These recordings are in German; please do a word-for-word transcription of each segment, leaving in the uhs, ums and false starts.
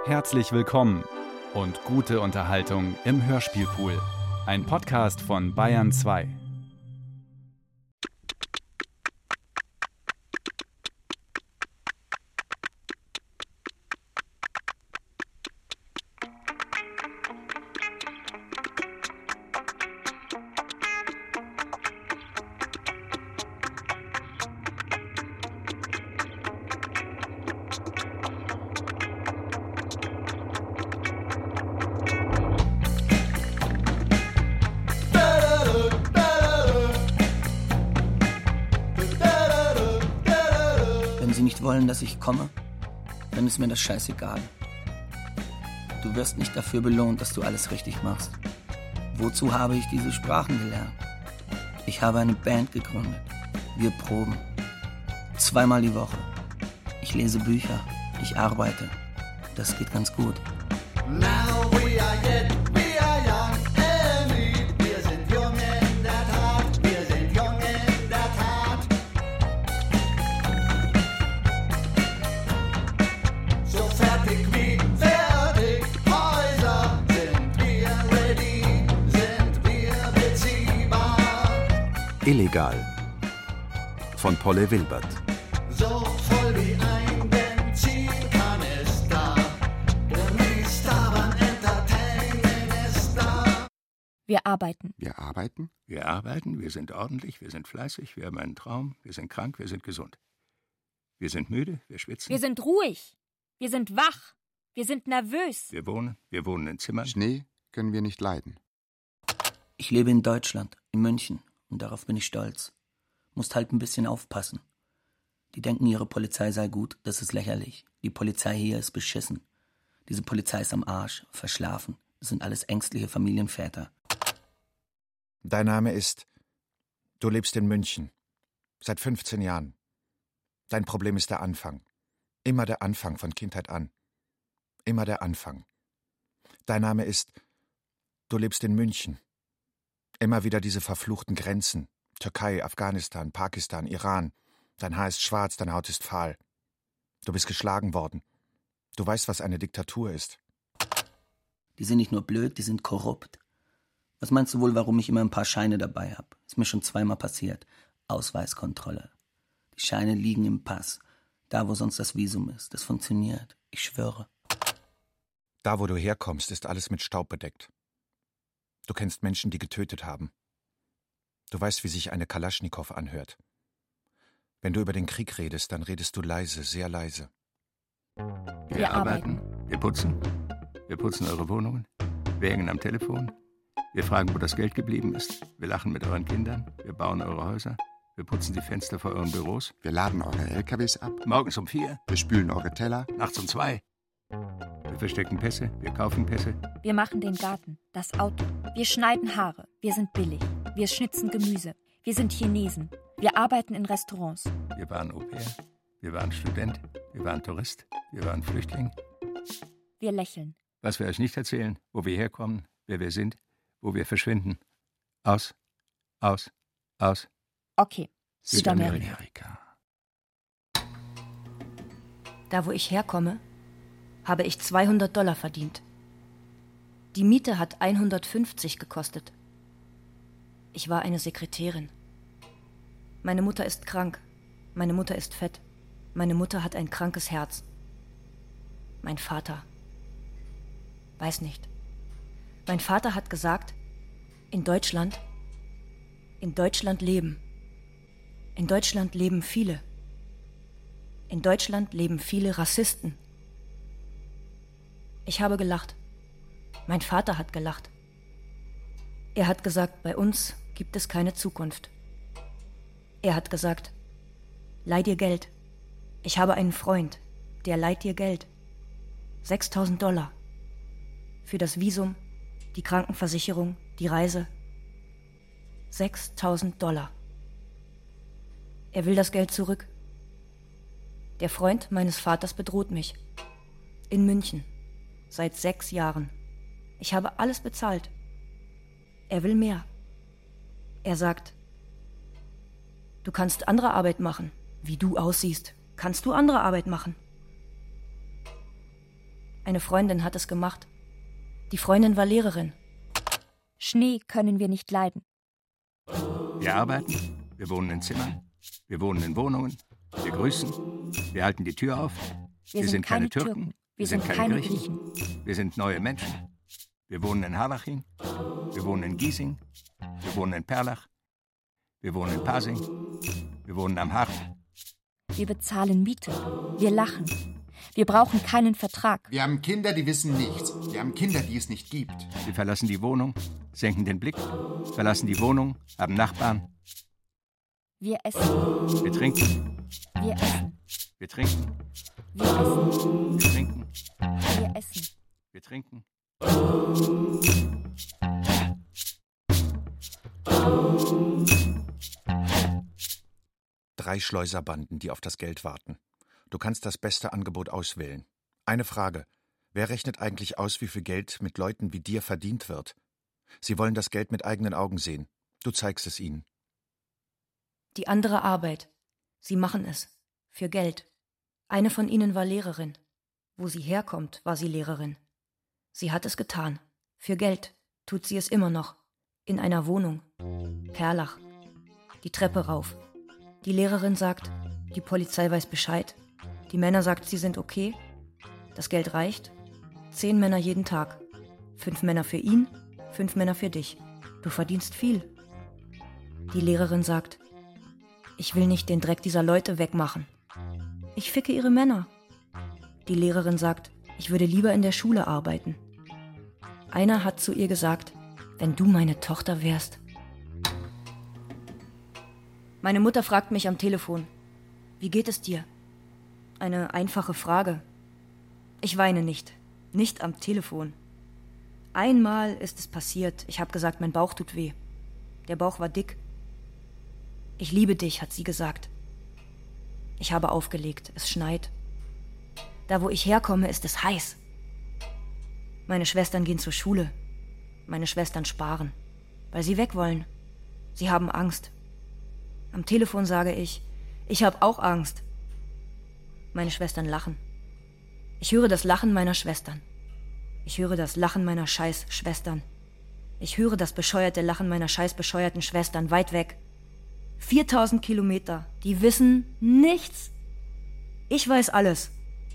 Herzlich willkommen und gute Unterhaltung im Hörspielpool. Ein Podcast von Bayern zwei. Wollen, dass ich komme, dann ist mir das scheißegal. Du wirst nicht dafür belohnt, dass du alles richtig machst. Wozu habe ich diese Sprachen gelernt? Ich habe eine Band gegründet. Wir proben. Zweimal die Woche. Ich lese Bücher. Ich arbeite. Das geht ganz gut. Now we are yet, we are young and we, wir sind jung in der Tat, wir sind jung in der Tat. So fertig wie fertig, Häuser sind wir ready, sind wir beziehbar. Illegal von Polle Wilbert. So voll wie ein Benzinkanister. Wir arbeiten. Wir arbeiten? Wir arbeiten, wir sind ordentlich, wir sind fleißig, wir haben einen Traum, wir sind krank, wir sind gesund. Wir sind müde, wir schwitzen. Wir sind ruhig, wir sind wach, wir sind nervös. Wir wohnen, wir wohnen in Zimmern. Schnee können wir nicht leiden. Ich lebe in Deutschland, in München, und darauf bin ich stolz. Musst halt ein bisschen aufpassen. Die denken, ihre Polizei sei gut, das ist lächerlich. Die Polizei hier ist beschissen. Diese Polizei ist am Arsch, verschlafen. Das sind alles ängstliche Familienväter. Dein Name ist... Du lebst in München. Seit fünfzehn Jahren. Dein Problem ist der Anfang. Immer der Anfang von Kindheit an. Immer der Anfang. Dein Name ist... Du lebst in München. Immer wieder diese verfluchten Grenzen. Türkei, Afghanistan, Pakistan, Iran. Dein Haar ist schwarz, deine Haut ist fahl. Du bist geschlagen worden. Du weißt, was eine Diktatur ist. Die sind nicht nur blöd, die sind korrupt. Was meinst du wohl, warum ich immer ein paar Scheine dabei habe? Ist mir schon zweimal passiert. Ausweiskontrolle. Die Scheine liegen im Pass. Da, wo sonst das Visum ist. Das funktioniert. Ich schwöre. Da, wo du herkommst, ist alles mit Staub bedeckt. Du kennst Menschen, die getötet haben. Du weißt, wie sich eine Kalaschnikow anhört. Wenn du über den Krieg redest, dann redest du leise, sehr leise. Wir, Wir arbeiten, arbeiten. wir putzen. Wir putzen eure Wohnungen. Wir hängen am Telefon. Wir fragen, wo das Geld geblieben ist. Wir lachen mit euren Kindern. Wir bauen eure Häuser. Wir putzen die Fenster vor euren Büros. Wir laden eure L K Ws ab. Morgens um vier. Wir spülen eure Teller. Nachts um zwei. Wir verstecken Pässe. Wir kaufen Pässe. Wir machen den Garten, das Auto. Wir schneiden Haare. Wir sind billig. Wir schnitzen Gemüse. Wir sind Chinesen. Wir arbeiten in Restaurants. Wir waren Au-pair. Wir waren Student. Wir waren Tourist. Wir waren Flüchtling. Wir lächeln. Was wir euch nicht erzählen, wo wir herkommen, wer wir sind, wo wir verschwinden. Aus, aus, aus. Okay, Südamerika. Südamerika. Da, wo ich herkomme, habe ich zweihundert Dollar verdient. Die Miete hat hundertfünfzig gekostet. Ich war eine Sekretärin. Meine Mutter ist krank. Meine Mutter ist fett. Meine Mutter hat ein krankes Herz. Mein Vater. Weiß nicht. Mein Vater hat gesagt, in Deutschland, in Deutschland leben. In Deutschland leben viele. In Deutschland leben viele Rassisten. Ich habe gelacht. Mein Vater hat gelacht. Er hat gesagt, bei uns gibt es keine Zukunft. Er hat gesagt, leih dir Geld. Ich habe einen Freund, der leiht dir Geld. sechstausend Dollar. Für das Visum, die Krankenversicherung, die Reise. sechstausend Dollar. Er will das Geld zurück. Der Freund meines Vaters bedroht mich. In München. Seit sechs Jahren. Ich habe alles bezahlt. Er will mehr. Er sagt, du kannst andere Arbeit machen. Wie du aussiehst, kannst du andere Arbeit machen. Eine Freundin hat es gemacht. Die Freundin war Lehrerin. Schnee können wir nicht leiden. Wir arbeiten, wir wohnen in Zimmern, wir wohnen in Wohnungen, wir grüßen, wir halten die Tür auf. Wir, Wir sind, sind keine keine Türken, Türken. Wir, wir sind sind keine keine Griechen. Griechen. Wir sind neue Menschen. Wir wohnen in Harlaching, wir wohnen in Giesing, wir wohnen in Perlach, wir wohnen in Pasing, wir wohnen am Hafen. Wir bezahlen Miete. Wir lachen. Wir brauchen keinen Vertrag. Wir haben Kinder, die wissen nichts. Wir haben Kinder, die es nicht gibt. Wir verlassen die Wohnung, senken den Blick, verlassen die Wohnung, haben Nachbarn. Wir essen. Wir trinken, Wir essen. wir trinken, Wir essen. wir trinken, Wir essen. wir trinken. Drei Schleuserbanden, die auf das Geld warten. Du kannst das beste Angebot auswählen. Eine Frage. Wer rechnet eigentlich aus, wie viel Geld mit Leuten wie dir verdient wird? Sie wollen das Geld mit eigenen Augen sehen. Du zeigst es ihnen. Die andere Arbeit. Sie machen es. Für Geld. Eine von ihnen war Lehrerin. Wo sie herkommt, war sie Lehrerin. Sie hat es getan. Für Geld tut sie es immer noch. In einer Wohnung. Perlach. Die Treppe rauf. Die Lehrerin sagt, die Polizei weiß Bescheid. Die Männer sagt, sie sind okay. Das Geld reicht. Zehn Männer jeden Tag. Fünf Männer für ihn, fünf Männer für dich. Du verdienst viel. Die Lehrerin sagt, ich will nicht den Dreck dieser Leute wegmachen. Ich ficke ihre Männer. Die Lehrerin sagt, ich würde lieber in der Schule arbeiten. Einer hat zu ihr gesagt, wenn du meine Tochter wärst. Meine Mutter fragt mich am Telefon, wie geht es dir? Eine einfache Frage. Ich weine nicht, nicht am Telefon. Einmal ist es passiert, ich habe gesagt, mein Bauch tut weh. Der Bauch war dick. Ich liebe dich, hat sie gesagt. Ich habe aufgelegt, es schneit. Da, wo ich herkomme, ist es heiß. Meine Schwestern gehen zur Schule. Meine Schwestern sparen, weil sie weg wollen. Sie haben Angst. Am Telefon sage ich, ich habe auch Angst. Meine Schwestern lachen. Ich höre das Lachen meiner Schwestern. Ich höre das Lachen meiner scheiß Schwestern. Ich höre das bescheuerte Lachen meiner scheiß bescheuerten Schwestern weit weg. viertausend Kilometer, die wissen nichts. Ich weiß alles.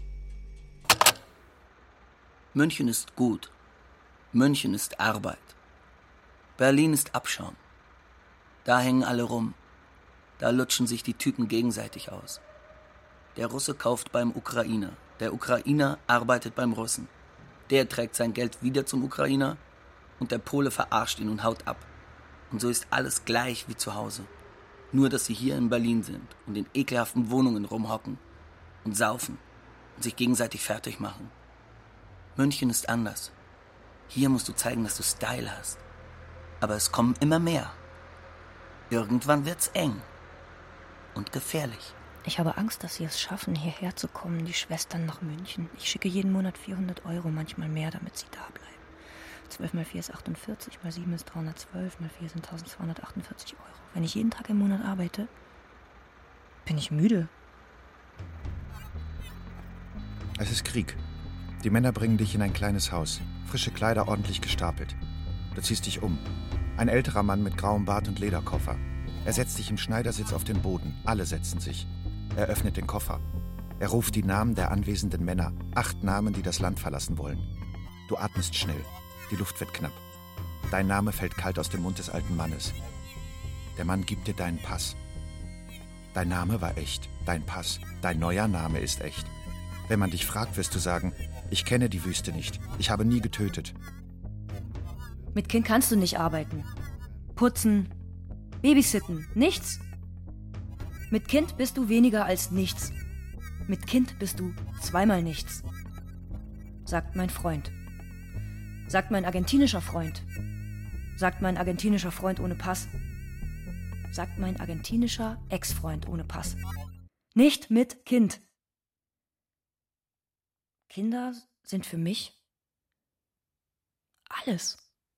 München ist gut. München ist Arbeit. Berlin ist Abschaum. Da hängen alle rum. Da lutschen sich die Typen gegenseitig aus. Der Russe kauft beim Ukrainer. Der Ukrainer arbeitet beim Russen. Der trägt sein Geld wieder zum Ukrainer und der Pole verarscht ihn und haut ab. Und so ist alles gleich wie zu Hause. Nur, dass sie hier in Berlin sind und in ekelhaften Wohnungen rumhocken und saufen und sich gegenseitig fertig machen. München ist anders. Hier musst du zeigen, dass du Style hast. Aber es kommen immer mehr. Irgendwann wird's eng und gefährlich. Ich habe Angst, dass sie es schaffen, hierher zu kommen, die Schwestern nach München. Ich schicke jeden Monat vierhundert Euro, manchmal mehr, damit sie da bleiben. zwölf mal vier ist achtundvierzig, mal sieben ist dreihundertzwölf, mal vier sind eintausendzweihundertachtundvierzig Euro. Wenn ich jeden Tag im Monat arbeite, bin ich müde. Es ist Krieg. Die Männer bringen dich in ein kleines Haus. Frische Kleider ordentlich gestapelt. Du ziehst dich um. Ein älterer Mann mit grauem Bart und Lederkoffer. Er setzt sich im Schneidersitz auf den Boden. Alle setzen sich. Er öffnet den Koffer. Er ruft die Namen der anwesenden Männer. Acht Namen, die das Land verlassen wollen. Du atmest schnell. Die Luft wird knapp. Dein Name fällt kalt aus dem Mund des alten Mannes. Der Mann gibt dir deinen Pass. Dein Name war echt. Dein Pass. Dein neuer Name ist echt. Wenn man dich fragt, wirst du sagen, ich kenne die Wüste nicht. Ich habe nie getötet. Mit Kind kannst du nicht arbeiten. Putzen, babysitten, nichts. Mit Kind bist du weniger als nichts. Mit Kind bist du zweimal nichts. Sagt mein Freund. Sagt mein argentinischer Freund. Sagt mein argentinischer Freund ohne Pass. Sagt mein argentinischer Ex-Freund ohne Pass. Nicht mit Kind. Kinder sind für mich alles.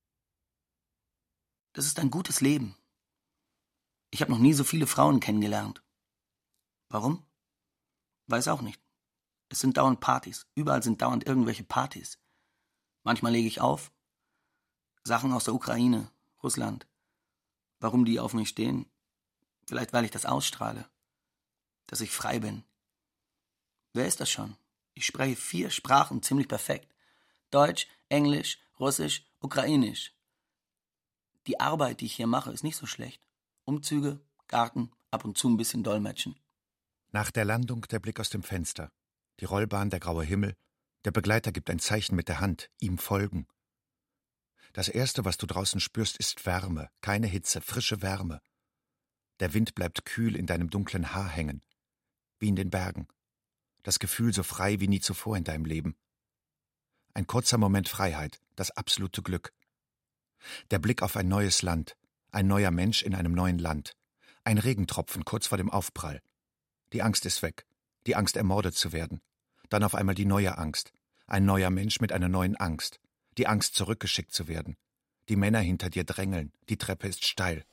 Das ist ein gutes Leben. Ich habe noch nie so viele Frauen kennengelernt. Warum? Weiß auch nicht. Es sind dauernd Partys. Überall sind dauernd irgendwelche Partys. Manchmal lege ich auf. Sachen aus der Ukraine, Russland. Warum die auf mich stehen? Vielleicht, weil ich das ausstrahle. Dass ich frei bin. Wer ist das schon? Ich spreche vier Sprachen ziemlich perfekt. Deutsch, Englisch, Russisch, Ukrainisch. Die Arbeit, die ich hier mache, ist nicht so schlecht. Umzüge, Garten, ab und zu ein bisschen Dolmetschen. Nach der Landung der Blick aus dem Fenster. Die Rollbahn, der graue Himmel. Der Begleiter gibt ein Zeichen mit der Hand. Ihm folgen. Das Erste, was du draußen spürst, ist Wärme. Keine Hitze, frische Wärme. Der Wind bleibt kühl in deinem dunklen Haar hängen. Wie in den Bergen. Das Gefühl so frei wie nie zuvor in deinem Leben. Ein kurzer Moment Freiheit, das absolute Glück. Der Blick auf ein neues Land, ein neuer Mensch in einem neuen Land. Ein Regentropfen kurz vor dem Aufprall. Die Angst ist weg, die Angst, ermordet zu werden. Dann auf einmal die neue Angst. Ein neuer Mensch mit einer neuen Angst. Die Angst, zurückgeschickt zu werden. Die Männer hinter dir drängeln, die Treppe ist steil.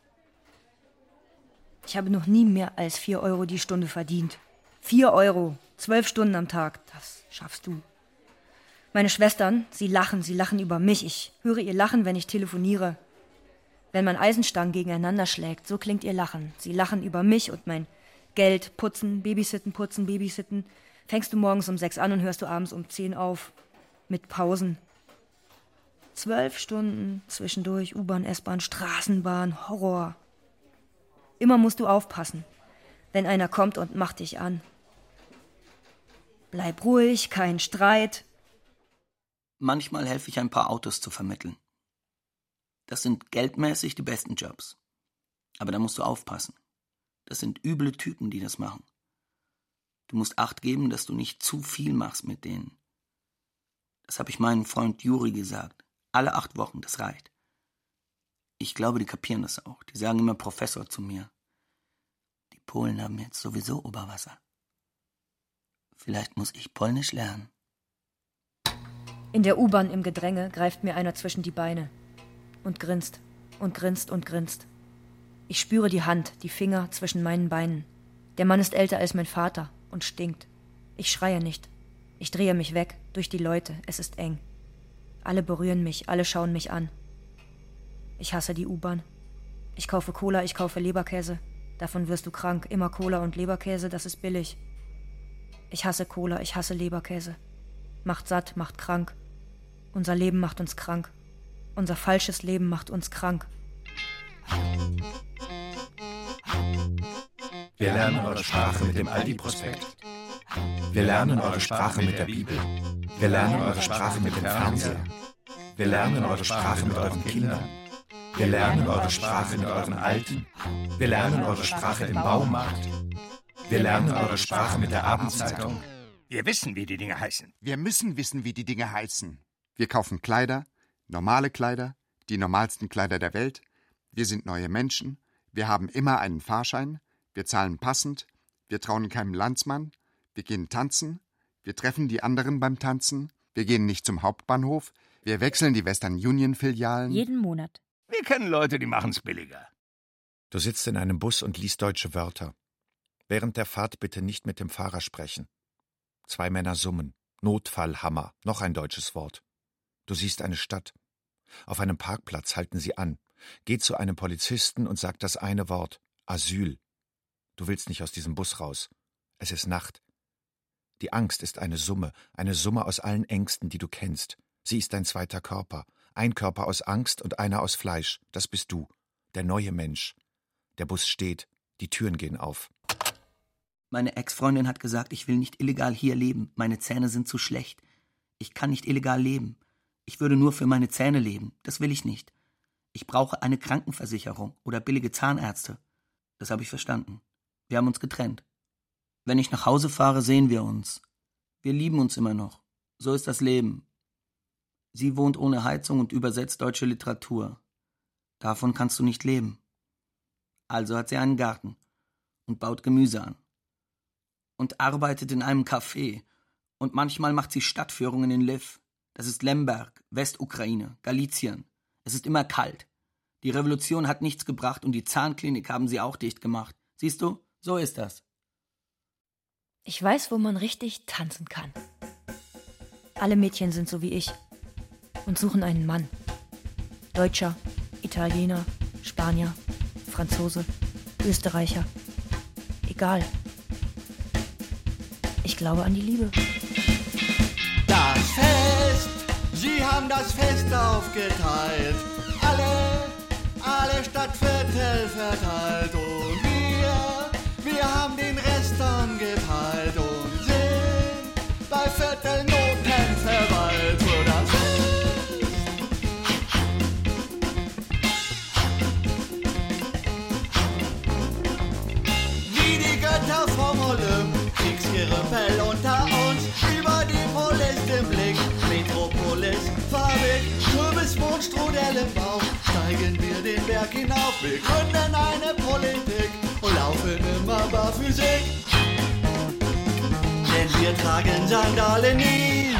Ich habe noch nie mehr als vier Euro die Stunde verdient. Vier Euro, zwölf Stunden am Tag, das schaffst du. Meine Schwestern, sie lachen, sie lachen über mich. Ich höre ihr Lachen, wenn ich telefoniere. Wenn man Eisenstangen gegeneinander schlägt, so klingt ihr Lachen. Sie lachen über mich und mein Geld, putzen, babysitten, putzen, babysitten. Fängst du morgens um sechs an und hörst du abends um zehn auf. Mit Pausen. Zwölf Stunden zwischendurch, U-Bahn, S-Bahn, Straßenbahn, Horror. Immer musst du aufpassen, wenn einer kommt und macht dich an. Bleib ruhig, kein Streit. Manchmal helfe ich, ein paar Autos zu vermitteln. Das sind geldmäßig die besten Jobs. Aber da musst du aufpassen. Das sind üble Typen, die das machen. Du musst Acht geben, dass du nicht zu viel machst mit denen. Das habe ich meinem Freund Juri gesagt. Alle acht Wochen, das reicht. Ich glaube, die kapieren das auch. Die sagen immer Professor zu mir. Die Polen haben jetzt sowieso Oberwasser. Vielleicht muss ich Polnisch lernen. In der U-Bahn im Gedränge greift mir einer zwischen die Beine. Und grinst und grinst und grinst. Ich spüre die Hand, die Finger zwischen meinen Beinen. Der Mann ist älter als mein Vater und stinkt. Ich schreie nicht. Ich drehe mich weg, durch die Leute. Es ist eng. Alle berühren mich, alle schauen mich an. Ich hasse die U-Bahn. Ich kaufe Cola, ich kaufe Leberkäse. Davon wirst du krank. Immer Cola und Leberkäse, das ist billig. Ich hasse Cola, ich hasse Leberkäse. Macht satt, macht krank. Unser Leben macht uns krank. Unser falsches Leben macht uns krank. Wir lernen eure Sprache mit dem Aldi-Prospekt. Wir lernen eure Sprache mit der Bibel. Wir lernen eure Sprache mit dem Fernseher. Wir lernen eure Sprache mit euren Kindern. Wir lernen eure Sprache mit euren Alten. Wir lernen eure Sprache im Baumarkt. Wir lernen eure Sprache mit der Abendzeitung. Wir wissen, wie die Dinge heißen. Wir müssen wissen, wie die Dinge heißen. Wir kaufen Kleider, normale Kleider, die normalsten Kleider der Welt. Wir sind neue Menschen. Wir haben immer einen Fahrschein. Wir zahlen passend. Wir trauen keinem Landsmann. Wir gehen tanzen. Wir treffen die anderen beim Tanzen. Wir gehen nicht zum Hauptbahnhof. Wir wechseln die Western Union-Filialen. Jeden Monat. Wir kennen Leute, die machen's billiger. Du sitzt in einem Bus und liest deutsche Wörter. Während der Fahrt bitte nicht mit dem Fahrer sprechen. Zwei Männer summen. Notfallhammer. Noch ein deutsches Wort. Du siehst eine Stadt. Auf einem Parkplatz halten sie an. Geh zu einem Polizisten und sag das eine Wort. Asyl. Du willst nicht aus diesem Bus raus. Es ist Nacht. Die Angst ist eine Summe, eine Summe aus allen Ängsten, die du kennst. Sie ist dein zweiter Körper. Ein Körper aus Angst und einer aus Fleisch. Das bist du. Der neue Mensch. Der Bus steht. Die Türen gehen auf. Meine Ex-Freundin hat gesagt, ich will nicht illegal hier leben. Meine Zähne sind zu schlecht. Ich kann nicht illegal leben. Ich würde nur für meine Zähne leben. Das will ich nicht. Ich brauche eine Krankenversicherung oder billige Zahnärzte. Das habe ich verstanden. Wir haben uns getrennt. Wenn ich nach Hause fahre, sehen wir uns. Wir lieben uns immer noch. So ist das Leben. Sie wohnt ohne Heizung und übersetzt deutsche Literatur. Davon kannst du nicht leben. Also hat sie einen Garten und baut Gemüse an. Und arbeitet in einem Café. Und manchmal macht sie Stadtführungen in Lviv. Das ist Lemberg, Westukraine, Galizien. Es ist immer kalt. Die Revolution hat nichts gebracht und die Zahnklinik haben sie auch dicht gemacht. Siehst du, so ist das. Ich weiß, wo man richtig tanzen kann. Alle Mädchen sind so wie ich und suchen einen Mann. Deutscher, Italiener, Spanier, Franzose, Österreicher. Egal. Ich glaube an die Liebe. Das Fest, sie haben das Fest aufgeteilt. Alle, alle Stadtviertel verteilt. Und wir, wir haben den Rest dann gepeilt und sind bei Viertelnoten verweilt für das Fest. Wie die Götter vom Olymp, Kriegsgerümpel unter uns, über die Polis den Blick, Metropolis, Fabrik, Kürbismond, Strudel im Bauch, steigen wir den Berg hinauf, wir gründen eine Politik und laufen immer barfüßig, denn wir tragen Sandalen nie.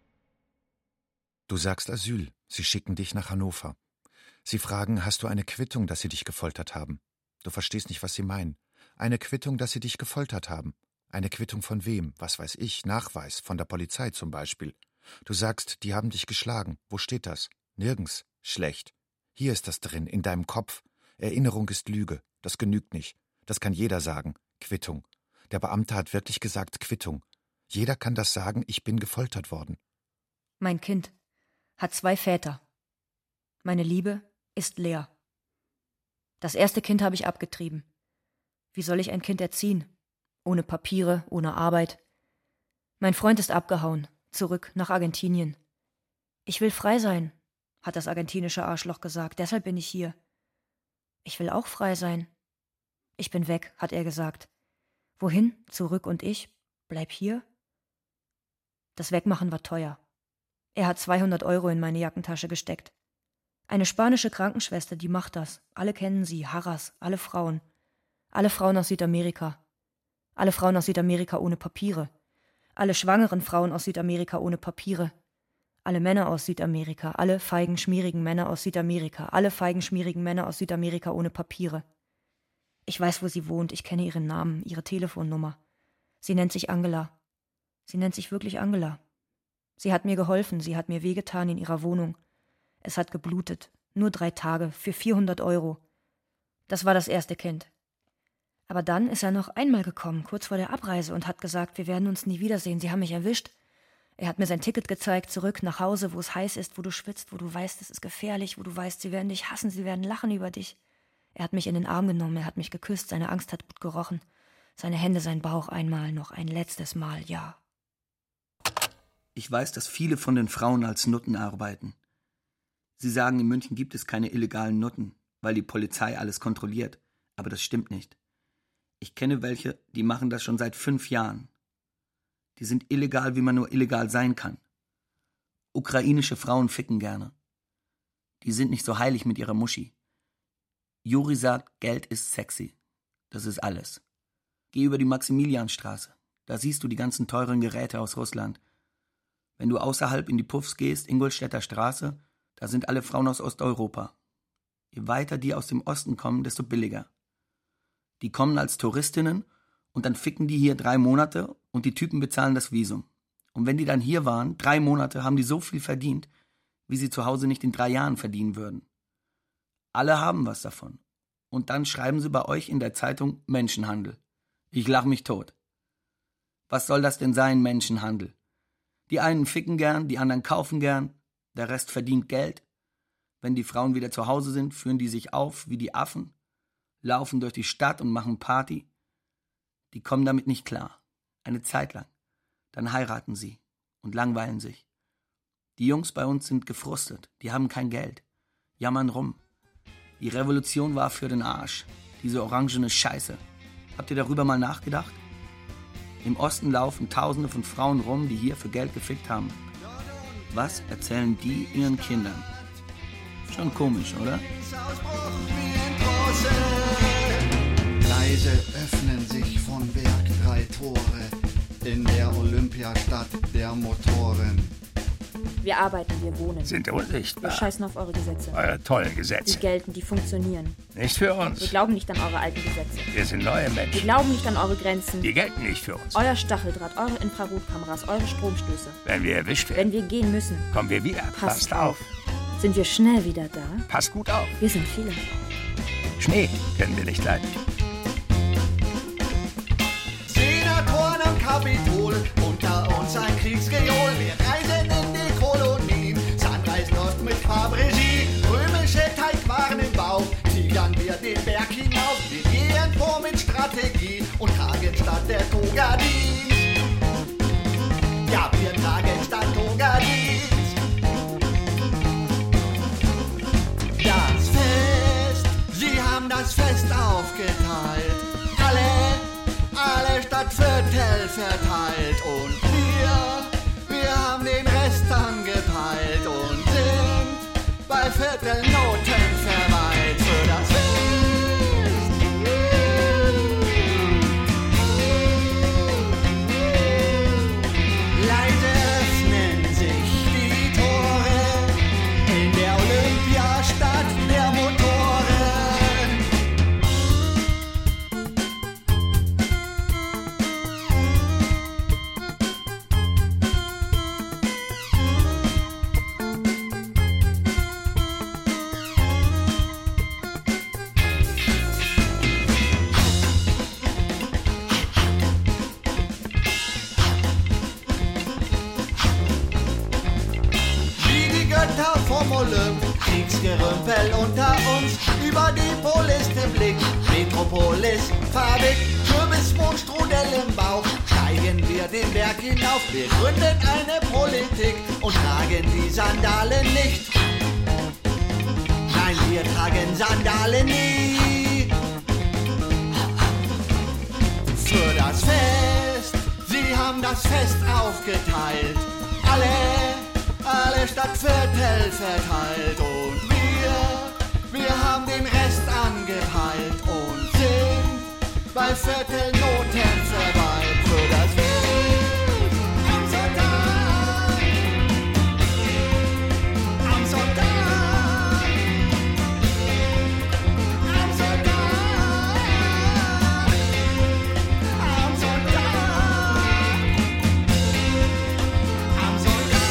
Du sagst Asyl, sie schicken dich nach Hannover. Sie fragen, hast du eine Quittung, dass sie dich gefoltert haben? Du verstehst nicht, was sie meinen. Eine Quittung, dass sie dich gefoltert haben. Eine Quittung von wem? Was weiß ich? Nachweis, von der Polizei zum Beispiel. Du sagst, die haben dich geschlagen. Wo steht das? Nirgends. Schlecht. Hier ist das drin, in deinem Kopf. Erinnerung ist Lüge. Das genügt nicht. Das kann jeder sagen. Quittung. Der Beamte hat wirklich gesagt Quittung. Jeder kann das sagen, ich bin gefoltert worden. Mein Kind hat zwei Väter. Meine Liebe ist leer. Das erste Kind habe ich abgetrieben. Wie soll ich ein Kind erziehen? Ohne Papiere, ohne Arbeit. Mein Freund ist abgehauen, zurück nach Argentinien. Ich will frei sein, hat das argentinische Arschloch gesagt, deshalb bin ich hier. Ich will auch frei sein. Ich bin weg, hat er gesagt. Wohin? Zurück und ich? Bleib hier? Das Wegmachen war teuer. Er hat zweihundert Euro in meine Jackentasche gesteckt. Eine spanische Krankenschwester, die macht das. Alle kennen sie, Harras, alle Frauen. Alle Frauen aus Südamerika. Alle Frauen aus Südamerika ohne Papiere. Alle schwangeren Frauen aus Südamerika ohne Papiere. Alle Männer aus Südamerika. Alle feigen, schmierigen Männer aus Südamerika. Alle feigen, schmierigen Männer aus Südamerika ohne Papiere. Ich weiß, wo sie wohnt. Ich kenne ihren Namen, ihre Telefonnummer. Sie nennt sich Angela. Sie nennt sich wirklich Angela. Sie hat mir geholfen. Sie hat mir wehgetan in ihrer Wohnung. Es hat geblutet. Nur drei Tage. Für vierhundert Euro. Das war das erste Kind. Aber dann ist er noch einmal gekommen, kurz vor der Abreise, und hat gesagt, wir werden uns nie wiedersehen, sie haben mich erwischt. Er hat mir sein Ticket gezeigt, zurück nach Hause, wo es heiß ist, wo du schwitzt, wo du weißt, es ist gefährlich, wo du weißt, sie werden dich hassen, sie werden lachen über dich. Er hat mich in den Arm genommen, er hat mich geküsst, seine Angst hat gut gerochen. Seine Hände, sein Bauch, einmal, noch ein letztes Mal, ja. Ich weiß, dass viele von den Frauen als Nutten arbeiten. Sie sagen, in München gibt es keine illegalen Nutten, weil die Polizei alles kontrolliert. Aber das stimmt nicht. Ich kenne welche, die machen das schon seit fünf Jahren. Die sind illegal, wie man nur illegal sein kann. Ukrainische Frauen ficken gerne. Die sind nicht so heilig mit ihrer Muschi. Juri sagt, Geld ist sexy. Das ist alles. Geh über die Maximilianstraße. Da siehst du die ganzen teuren Geräte aus Russland. Wenn du außerhalb in die Puffs gehst, Ingolstädter Straße, da sind alle Frauen aus Osteuropa. Je weiter die aus dem Osten kommen, desto billiger. Die kommen als Touristinnen und dann ficken die hier drei Monate und die Typen bezahlen das Visum. Und wenn die dann hier waren, drei Monate, haben die so viel verdient, wie sie zu Hause nicht in drei Jahren verdienen würden. Alle haben was davon. Und dann schreiben sie bei euch in der Zeitung Menschenhandel. Ich lach mich tot. Was soll das denn sein, Menschenhandel? Die einen ficken gern, die anderen kaufen gern, der Rest verdient Geld. Wenn die Frauen wieder zu Hause sind, führen die sich auf wie die Affen, laufen durch die Stadt und machen Party. Die kommen damit nicht klar. Eine Zeit lang. Dann heiraten sie und langweilen sich. Die Jungs bei uns sind gefrustet. Die haben kein Geld. Jammern rum. Die Revolution war für den Arsch. Diese orangene Scheiße. Habt ihr darüber mal nachgedacht? Im Osten laufen Tausende von Frauen rum, die hier für Geld gefickt haben. Was erzählen die ihren Kindern? Schon komisch, oder? Leise öffnen sich vom Berg drei Tore in der Olympiastadt der Motoren. Wir arbeiten, wir wohnen. Sind unsichtbar. Wir scheißen auf eure Gesetze. Eure tollen Gesetze. Die gelten, die funktionieren. Nicht für uns. Wir glauben nicht an eure alten Gesetze. Wir sind neue Menschen. Wir glauben nicht an eure Grenzen. Die gelten nicht für uns. Euer Stacheldraht, eure Infrarotkameras, eure Stromstöße. Wenn wir erwischt werden. Wenn wir gehen müssen. Kommen wir wieder. Passt, Passt auf. Sind wir schnell wieder da? Passt gut auf. Wir sind viele. Schnee können wir nicht leiden. Senatoren am Kapitol, unter uns ein Kriegsgejohl. Wir reisen in die Kolonien, Sunrise läuft mit Fabrigie. Römische Teigwaren im Bauch, tigern wir den Berg hinauf. Wir gehen vor mit Strategie und tragen statt der Toga Dienst. Ja, wir tragen statt Toga Dienst. Das Fest, sie haben das Fest aufgeteilt. Alle alle Stadtviertel verteilt und wir, wir haben den Rest angepeilt und sind bei Viertelnoten verweilt für das Fest. Leise öffnen sich die Tore in der Olympiastadt der Motoren. Vom Olymp, Kriegsgerümpel unter uns, über die Polis den Blick, Metropolis, Fabrik, Kürbis, Mondstrudel im Bauch, steigen wir den Berg hinauf, wir gründen eine Politik und tragen die Sandalen nicht. Nein, wir tragen Sandalen nie. Für das Fest, sie haben das Fest aufgeteilt, alle alle Stadtviertel verteilt und wir, wir haben den Rest angepeilt und sind bei Viertelnoten verweilt für das Wild am Sonntag, am Sonntag, am Sonntag, am Sonntag, am Sonntag.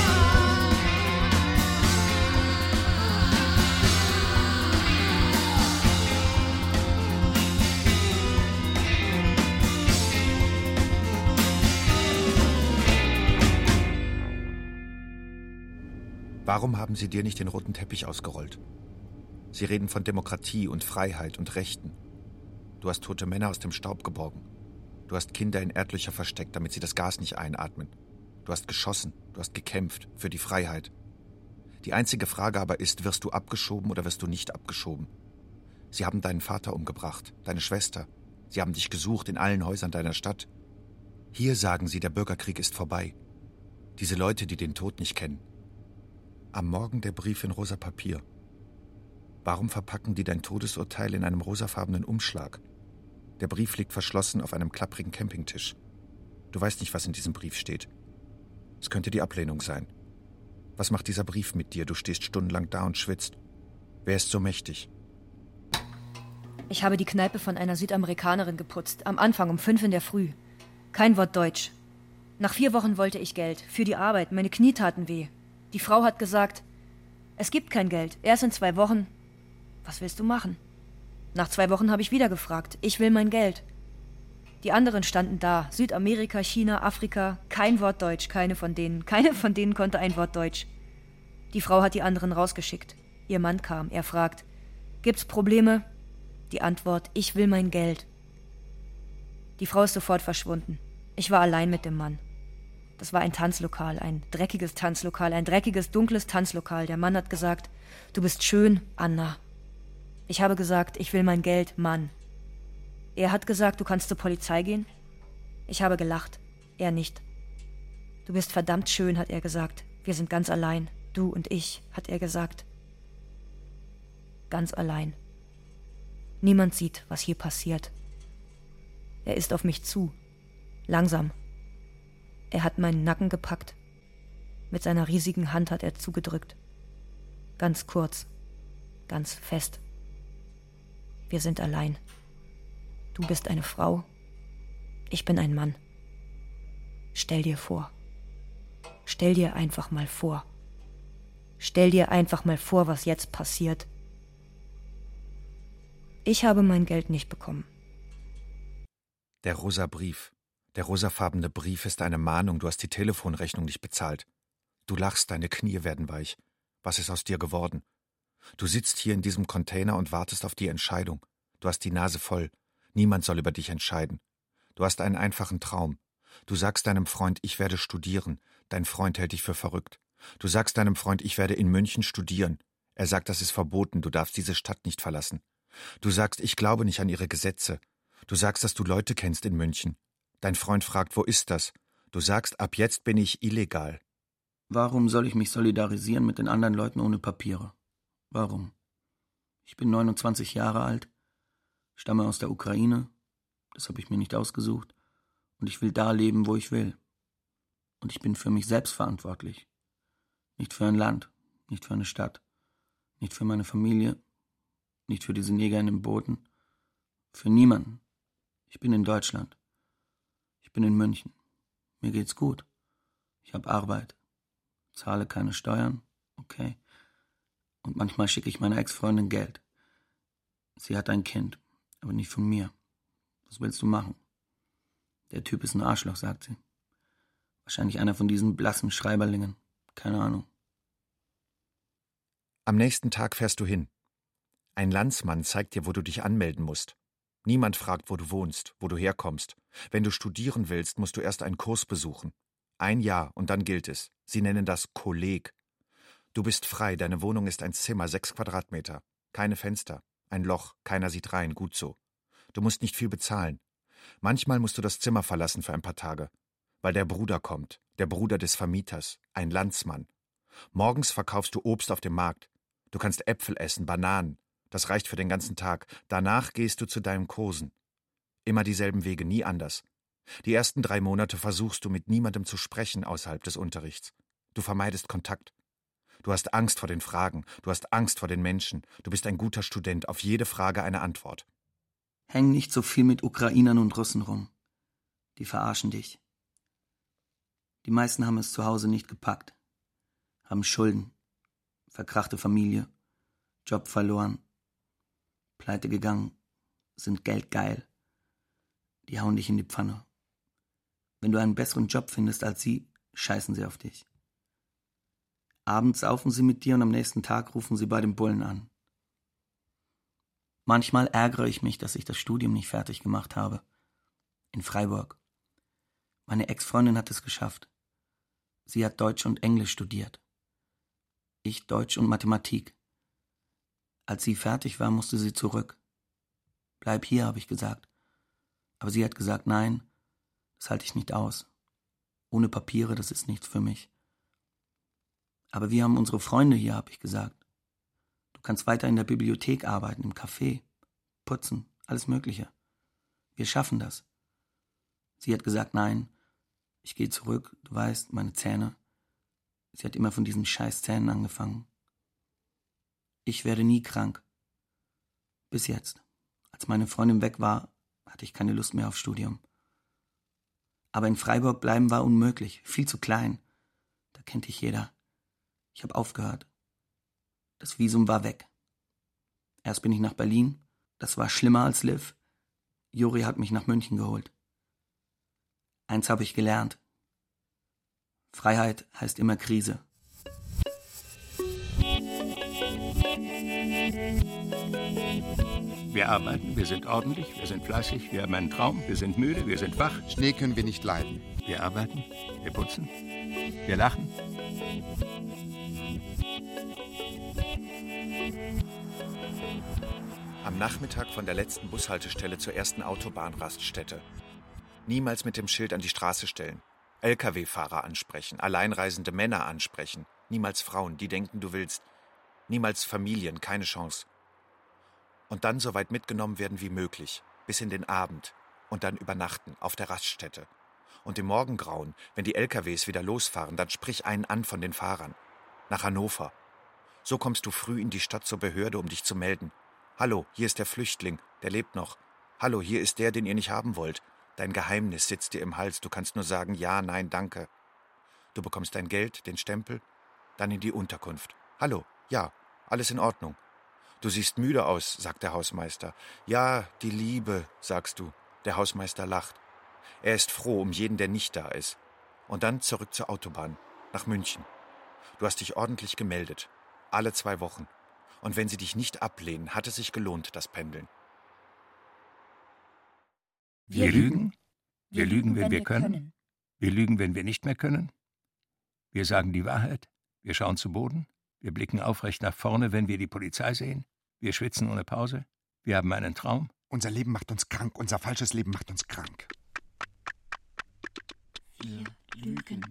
Warum haben sie dir nicht den roten Teppich ausgerollt? Sie reden von Demokratie und Freiheit und Rechten. Du hast tote Männer aus dem Staub geborgen. Du hast Kinder in Erdlöcher versteckt, damit sie das Gas nicht einatmen. Du hast geschossen, du hast gekämpft für die Freiheit. Die einzige Frage aber ist, wirst du abgeschoben oder wirst du nicht abgeschoben? Sie haben deinen Vater umgebracht, deine Schwester. Sie haben dich gesucht in allen Häusern deiner Stadt. Hier sagen sie, der Bürgerkrieg ist vorbei. Diese Leute, die den Tod nicht kennen. Am Morgen der Brief in rosa Papier. Warum verpacken die dein Todesurteil in einem rosafarbenen Umschlag? Der Brief liegt verschlossen auf einem klapprigen Campingtisch. Du weißt nicht, was in diesem Brief steht. Es könnte die Ablehnung sein. Was macht dieser Brief mit dir? Du stehst stundenlang da und schwitzt. Wer ist so mächtig? Ich habe die Kneipe von einer Südamerikanerin geputzt, am Anfang um fünf in der Früh. Kein Wort Deutsch. Nach vier Wochen wollte ich Geld, für die Arbeit, meine Knie taten weh. Die Frau hat gesagt, es gibt kein Geld, erst in zwei Wochen. Was willst du machen? Nach zwei Wochen habe ich wieder gefragt, ich will mein Geld. Die anderen standen da, Südamerika, China, Afrika, kein Wort Deutsch, keine von denen, keine von denen konnte ein Wort Deutsch. Die Frau hat die anderen rausgeschickt. Ihr Mann kam, er fragt, gibt's Probleme? Die Antwort, ich will mein Geld. Die Frau ist sofort verschwunden. Ich war allein mit dem Mann. Das war ein Tanzlokal, ein dreckiges Tanzlokal, ein dreckiges, dunkles Tanzlokal. Der Mann hat gesagt, du bist schön, Anna. Ich habe gesagt, ich will mein Geld, Mann. Er hat gesagt, du kannst zur Polizei gehen. Ich habe gelacht, er nicht. Du bist verdammt schön, hat er gesagt. Wir sind ganz allein, du und ich, hat er gesagt. Ganz allein. Niemand sieht, was hier passiert. Er ist auf mich zu. Langsam. Er hat meinen Nacken gepackt. Mit seiner riesigen Hand hat er zugedrückt. Ganz kurz, ganz fest. Wir sind allein. Du bist eine Frau, ich bin ein Mann. Stell dir vor. Stell dir einfach mal vor. Stell dir einfach mal vor, was jetzt passiert. Ich habe mein Geld nicht bekommen. Der rosa Brief, der rosafarbene Brief ist eine Mahnung, du hast die Telefonrechnung nicht bezahlt. Du lachst, deine Knie werden weich. Was ist aus dir geworden? Du sitzt hier in diesem Container und wartest auf die Entscheidung. Du hast die Nase voll. Niemand soll über dich entscheiden. Du hast einen einfachen Traum. Du sagst deinem Freund, ich werde studieren. Dein Freund hält dich für verrückt. Du sagst deinem Freund, ich werde in München studieren. Er sagt, das ist verboten, du darfst diese Stadt nicht verlassen. Du sagst, ich glaube nicht an ihre Gesetze. Du sagst, dass du Leute kennst in München. Dein Freund fragt, wo ist das? Du sagst, ab jetzt bin ich illegal. Warum soll ich mich solidarisieren mit den anderen Leuten ohne Papiere? Warum? Ich bin neunundzwanzig Jahre alt, stamme aus der Ukraine, das habe ich mir nicht ausgesucht, und ich will da leben, wo ich will. Und ich bin für mich selbst verantwortlich. Nicht für ein Land, nicht für eine Stadt, nicht für meine Familie, nicht für diese Neger in den Booten, für niemanden. Ich bin in Deutschland. Ich bin in München. Mir geht's gut. Ich habe Arbeit. Zahle keine Steuern. Okay. Und manchmal schicke ich meiner Ex-Freundin Geld. Sie hat ein Kind, aber nicht von mir. Was willst du machen? Der Typ ist ein Arschloch, sagt sie. Wahrscheinlich einer von diesen blassen Schreiberlingen. Keine Ahnung. Am nächsten Tag fährst du hin. Ein Landsmann zeigt dir, wo du dich anmelden musst. Niemand fragt, wo du wohnst, wo du herkommst. Wenn du studieren willst, musst du erst einen Kurs besuchen. Ein Jahr und dann gilt es. Sie nennen das Kolleg. Du bist frei, deine Wohnung ist ein Zimmer, sechs Quadratmeter. Keine Fenster, ein Loch, keiner sieht rein, gut so. Du musst nicht viel bezahlen. Manchmal musst du das Zimmer verlassen für ein paar Tage. Weil der Bruder kommt, der Bruder des Vermieters, ein Landsmann. Morgens verkaufst du Obst auf dem Markt. Du kannst Äpfel essen, Bananen. Das reicht für den ganzen Tag. Danach gehst du zu deinen Kursen. Immer dieselben Wege, nie anders. Die ersten drei Monate versuchst du mit niemandem zu sprechen außerhalb des Unterrichts. Du vermeidest Kontakt. Du hast Angst vor den Fragen, du hast Angst vor den Menschen. Du bist ein guter Student, auf jede Frage eine Antwort. Häng nicht so viel mit Ukrainern und Russen rum. Die verarschen dich. Die meisten haben es zu Hause nicht gepackt. Haben Schulden, verkrachte Familie, Job verloren, pleite gegangen, sind geldgeil. Die hauen dich in die Pfanne. Wenn du einen besseren Job findest als sie, scheißen sie auf dich. Abends saufen sie mit dir und am nächsten Tag rufen sie bei den Bullen an. Manchmal ärgere ich mich, dass ich das Studium nicht fertig gemacht habe. In Freiburg. Meine Ex-Freundin hat es geschafft. Sie hat Deutsch und Englisch studiert. Ich Deutsch und Mathematik. Als sie fertig war, musste sie zurück. Bleib hier, habe ich gesagt. Aber sie hat gesagt, nein, das halte ich nicht aus. Ohne Papiere, das ist nichts für mich. Aber wir haben unsere Freunde hier, habe ich gesagt. Du kannst weiter in der Bibliothek arbeiten, im Café, putzen, alles Mögliche. Wir schaffen das. Sie hat gesagt, nein, ich gehe zurück, du weißt, meine Zähne. Sie hat immer von diesen scheiß Zähnen angefangen. Ich werde nie krank. Bis jetzt. Als meine Freundin weg war, hatte ich keine Lust mehr auf Studium. Aber in Freiburg bleiben war unmöglich, viel zu klein. Da kennt dich jeder. Ich habe aufgehört. Das Visum war weg. Erst bin ich nach Berlin. Das war schlimmer als Liv. Juri hat mich nach München geholt. Eins habe ich gelernt. Freiheit heißt immer Krise. Wir arbeiten, wir sind ordentlich, wir sind fleißig, wir haben einen Traum, wir sind müde, wir sind wach. Schnee können wir nicht leiden. Wir arbeiten, wir putzen, wir lachen. Am Nachmittag von der letzten Bushaltestelle zur ersten Autobahnraststätte. Niemals mit dem Schild an die Straße stellen. L K W-Fahrer ansprechen, alleinreisende Männer ansprechen. Niemals Frauen, die denken, du willst. Niemals Familien, keine Chance. Und dann so weit mitgenommen werden wie möglich, bis in den Abend und dann übernachten auf der Raststätte. Und im Morgengrauen, wenn die L K Ws wieder losfahren, dann sprich einen an von den Fahrern. Nach Hannover. So kommst du früh in die Stadt zur Behörde, um dich zu melden. Hallo, hier ist der Flüchtling, der lebt noch. Hallo, hier ist der, den ihr nicht haben wollt. Dein Geheimnis sitzt dir im Hals, du kannst nur sagen, ja, nein, danke. Du bekommst dein Geld, den Stempel, dann in die Unterkunft. Hallo, ja, alles in Ordnung. Du siehst müde aus, sagt der Hausmeister. Ja, die Liebe, sagst du. Der Hausmeister lacht. Er ist froh um jeden, der nicht da ist. Und dann zurück zur Autobahn, nach München. Du hast dich ordentlich gemeldet. Alle zwei Wochen. Und wenn sie dich nicht ablehnen, hat es sich gelohnt, das Pendeln. Wir lügen. Wir lügen, wenn wir können. Wir lügen, wenn wir nicht mehr können. Wir sagen die Wahrheit. Wir schauen zu Boden. Wir blicken aufrecht nach vorne, wenn wir die Polizei sehen. Wir schwitzen ohne Pause. Wir haben einen Traum. Unser Leben macht uns krank. Unser falsches Leben macht uns krank. Wir lügen.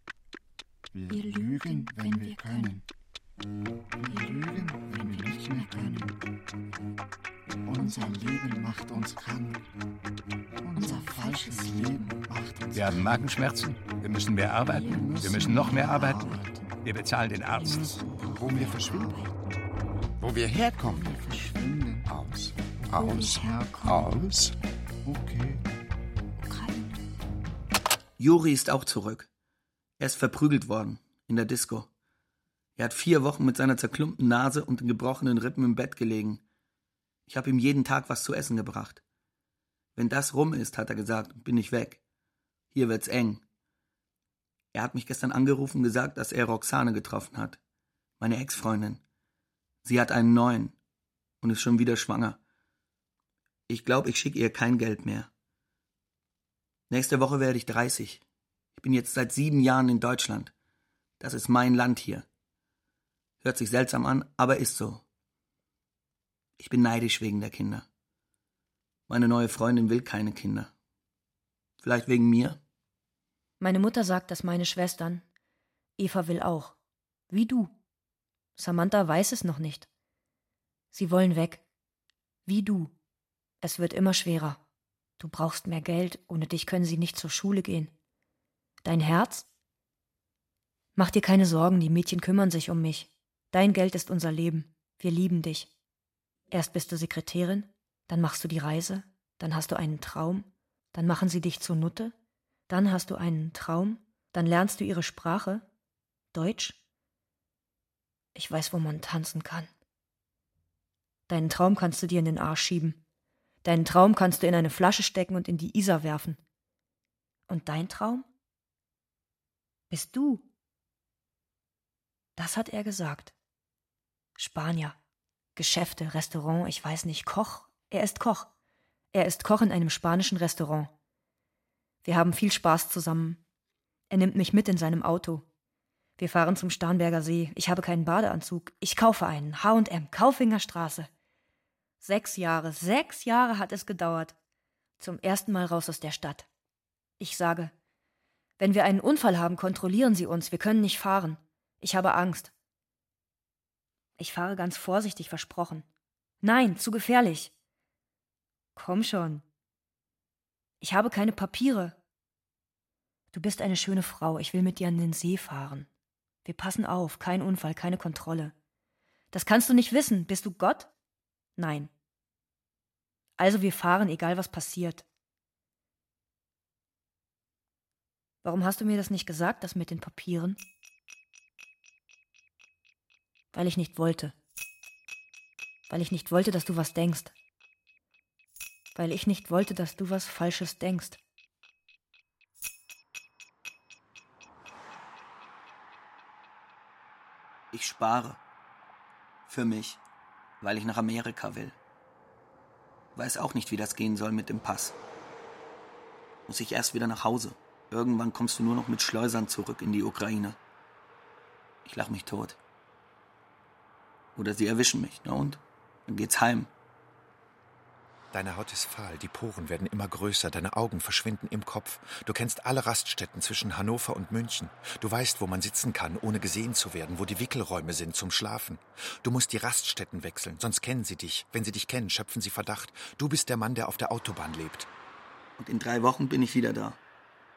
Wir lügen, wenn wir können. Wir lügen, wenn wir nicht mehr können. Unser Leben macht uns krank. Unser falsches Leben macht uns Wir haben Magenschmerzen. Wir müssen mehr arbeiten. Wir müssen noch mehr arbeiten. Wir bezahlen den Arzt. Wo wir verschwinden. Wo wir herkommen. Wir verschwinden. Aus. Wo Aus. wir herkommen. Aus. Okay. Ukraine. Juri ist auch zurück. Er ist verprügelt worden, in der Disco. Er hat vier Wochen mit seiner zerklumpten Nase und den gebrochenen Rippen im Bett gelegen. Ich habe ihm jeden Tag was zu essen gebracht. Wenn das rum ist, hat er gesagt, bin ich weg. Hier wird's eng. Er hat mich gestern angerufen und gesagt, dass er Roxane getroffen hat. Meine Ex-Freundin. Sie hat einen neuen und ist schon wieder schwanger. Ich glaube, ich schicke ihr kein Geld mehr. Nächste Woche werde ich dreißig. Ich bin jetzt seit sieben Jahren in Deutschland. Das ist mein Land hier. Hört sich seltsam an, aber ist so. Ich bin neidisch wegen der Kinder. Meine neue Freundin will keine Kinder. Vielleicht wegen mir? Meine Mutter sagt, dass meine Schwestern, Eva will auch, wie du. Samantha weiß es noch nicht. Sie wollen weg, wie du. Es wird immer schwerer. Du brauchst mehr Geld, ohne dich können sie nicht zur Schule gehen. Dein Herz? Mach dir keine Sorgen, die Mädchen kümmern sich um mich. Dein Geld ist unser Leben. Wir lieben dich. Erst bist du Sekretärin, dann machst du die Reise, dann hast du einen Traum, dann machen sie dich zur Nutte, dann hast du einen Traum, dann lernst du ihre Sprache, Deutsch. Ich weiß, wo man tanzen kann. Deinen Traum kannst du dir in den Arsch schieben. Deinen Traum kannst du in eine Flasche stecken und in die Isar werfen. Und dein Traum? Bist du. Das hat er gesagt. Spanier. Geschäfte, Restaurant, ich weiß nicht, Koch. Er ist Koch. Er ist Koch in einem spanischen Restaurant. Wir haben viel Spaß zusammen. Er nimmt mich mit in seinem Auto. Wir fahren zum Starnberger See. Ich habe keinen Badeanzug. Ich kaufe einen. H und M, Kaufinger Straße. Sechs Jahre, sechs Jahre hat es gedauert. Zum ersten Mal raus aus der Stadt. Ich sage, wenn wir einen Unfall haben, kontrollieren Sie uns. Wir können nicht fahren. Ich habe Angst. Ich fahre ganz vorsichtig, versprochen. Nein, zu gefährlich. Komm schon. Ich habe keine Papiere. Du bist eine schöne Frau. Ich will mit dir an den See fahren. Wir passen auf. Kein Unfall, keine Kontrolle. Das kannst du nicht wissen. Bist du Gott? Nein. Also wir fahren, egal was passiert. Warum hast du mir das nicht gesagt, das mit den Papieren? Weil ich nicht wollte. Weil ich nicht wollte, dass du was denkst. Weil ich nicht wollte, dass du was Falsches denkst. Ich spare. Für mich. Weil ich nach Amerika will. Weiß auch nicht, wie das gehen soll mit dem Pass. Muss ich erst wieder nach Hause. Irgendwann kommst du nur noch mit Schleusern zurück in die Ukraine. Ich lach mich tot. Oder sie erwischen mich, na und? Dann geht's heim. Deine Haut ist fahl, die Poren werden immer größer, deine Augen verschwinden im Kopf. Du kennst alle Raststätten zwischen Hannover und München. Du weißt, wo man sitzen kann, ohne gesehen zu werden, wo die Wickelräume sind zum Schlafen. Du musst die Raststätten wechseln, sonst kennen sie dich. Wenn sie dich kennen, schöpfen sie Verdacht. Du bist der Mann, der auf der Autobahn lebt. Und in drei Wochen bin ich wieder da.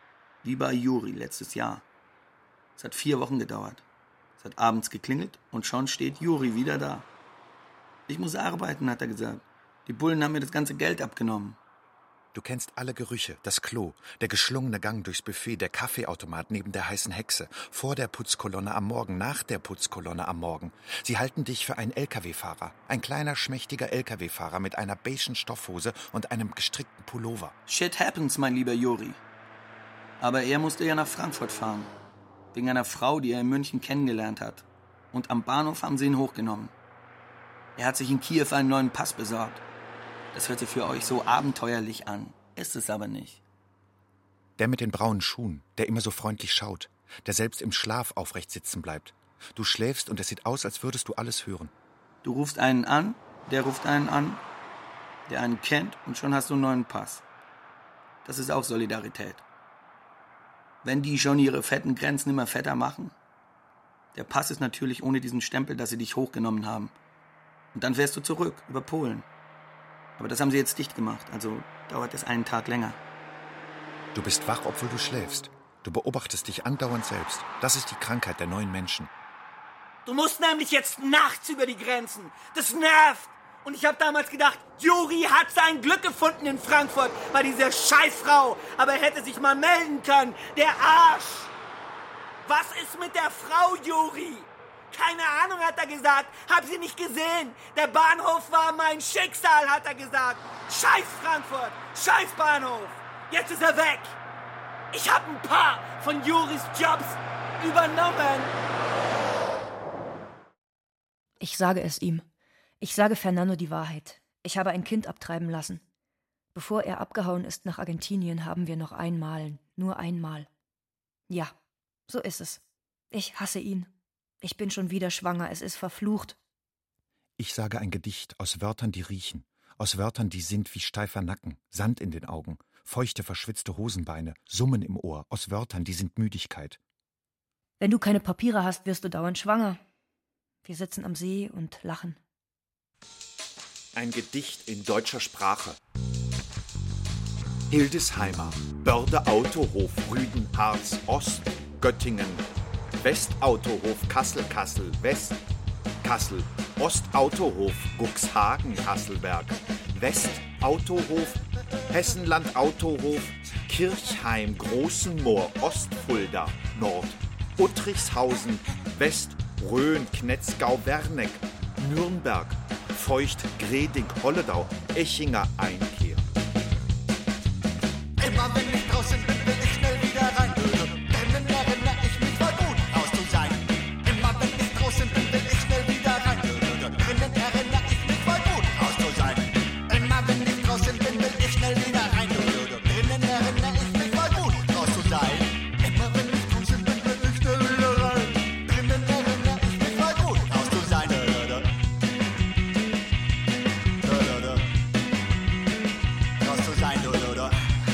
Wie bei Juri letztes Jahr. Es hat vier Wochen gedauert. Es hat abends geklingelt und schon steht Juri wieder da. Ich muss arbeiten, hat er gesagt. Die Bullen haben mir das ganze Geld abgenommen. Du kennst alle Gerüche, das Klo, der geschlungene Gang durchs Buffet, der Kaffeeautomat neben der heißen Hexe, vor der Putzkolonne am Morgen, nach der Putzkolonne am Morgen. Sie halten dich für einen L K W-Fahrer, ein kleiner, schmächtiger L K W-Fahrer mit einer beigen Stoffhose und einem gestrickten Pullover. Shit happens, mein lieber Juri. Aber er musste ja nach Frankfurt fahren, wegen einer Frau, die er in München kennengelernt hat. Und am Bahnhof haben sie ihn hochgenommen. Er hat sich in Kiew einen neuen Pass besorgt. Das hört sich für euch so abenteuerlich an. Ist es aber nicht. Der mit den braunen Schuhen, der immer so freundlich schaut, der selbst im Schlaf aufrecht sitzen bleibt. Du schläfst und es sieht aus, als würdest du alles hören. Du rufst einen an, der ruft einen an, der einen kennt und schon hast du einen neuen Pass. Das ist auch Solidarität. Wenn die schon ihre fetten Grenzen immer fetter machen. Der Pass ist natürlich ohne diesen Stempel, dass sie dich hochgenommen haben. Und dann fährst du zurück, über Polen. Aber das haben sie jetzt dicht gemacht, also dauert es einen Tag länger. Du bist wach, obwohl du schläfst. Du beobachtest dich andauernd selbst. Das ist die Krankheit der neuen Menschen. Du musst nämlich jetzt nachts über die Grenzen. Das nervt. Und ich habe damals gedacht, Juri hat sein Glück gefunden in Frankfurt bei dieser Scheißfrau. Aber er hätte sich mal melden können. Der Arsch. Was ist mit der Frau, Juri? Keine Ahnung, hat er gesagt. Hab sie nicht gesehen. Der Bahnhof war mein Schicksal, hat er gesagt. Scheiß Frankfurt. Scheiß Bahnhof. Jetzt ist er weg. Ich hab ein paar von Juris Jobs übernommen. Ich sage es ihm. Ich sage Fernando die Wahrheit. Ich habe ein Kind abtreiben lassen. Bevor er abgehauen ist nach Argentinien, haben wir noch einmal, nur einmal. Ja, so ist es. Ich hasse ihn. Ich bin schon wieder schwanger, es ist verflucht. Ich sage ein Gedicht aus Wörtern, die riechen, aus Wörtern, die sind wie steifer Nacken, Sand in den Augen, feuchte, verschwitzte Hosenbeine, Summen im Ohr, aus Wörtern, die sind Müdigkeit. Wenn du keine Papiere hast, wirst du dauernd schwanger. Wir sitzen am See und lachen. Ein Gedicht in deutscher Sprache. Hildesheimer, Börde Autohof, Rüden, Harz, Ost, Göttingen, Westautohof, Kassel, Kassel, West, Kassel, Ostautohof, Guxhagen, Kasselberg, Westautohof, Hessenland Autohof, Kirchheim, Großenmoor, Ostfulda, Nord, Uttrichshausen, West, Rhön, Knetzgau, Werneck, Nürnberg, Feucht, Greding, Holledau, Echinger, Einkehr. Immer wenn ich draußen bin, will ich schnell wieder rein. Drinnen erinnere ich mich voll gut, raus zu sein. Immer wenn ich draußen bin, will ich schnell wieder rein. Drinnen erinnere ich mich voll gut, raus zu sein. Immer wenn ich draußen bin, will ich schnell wieder rein. Drinnen erinnere ich mich voll gut, raus zu sein. Immer wenn ich draußen bin, will ich schnell wieder rein. Drinnen erinnere ich mich voll gut, raus zu sein. Raus zu sein, oder?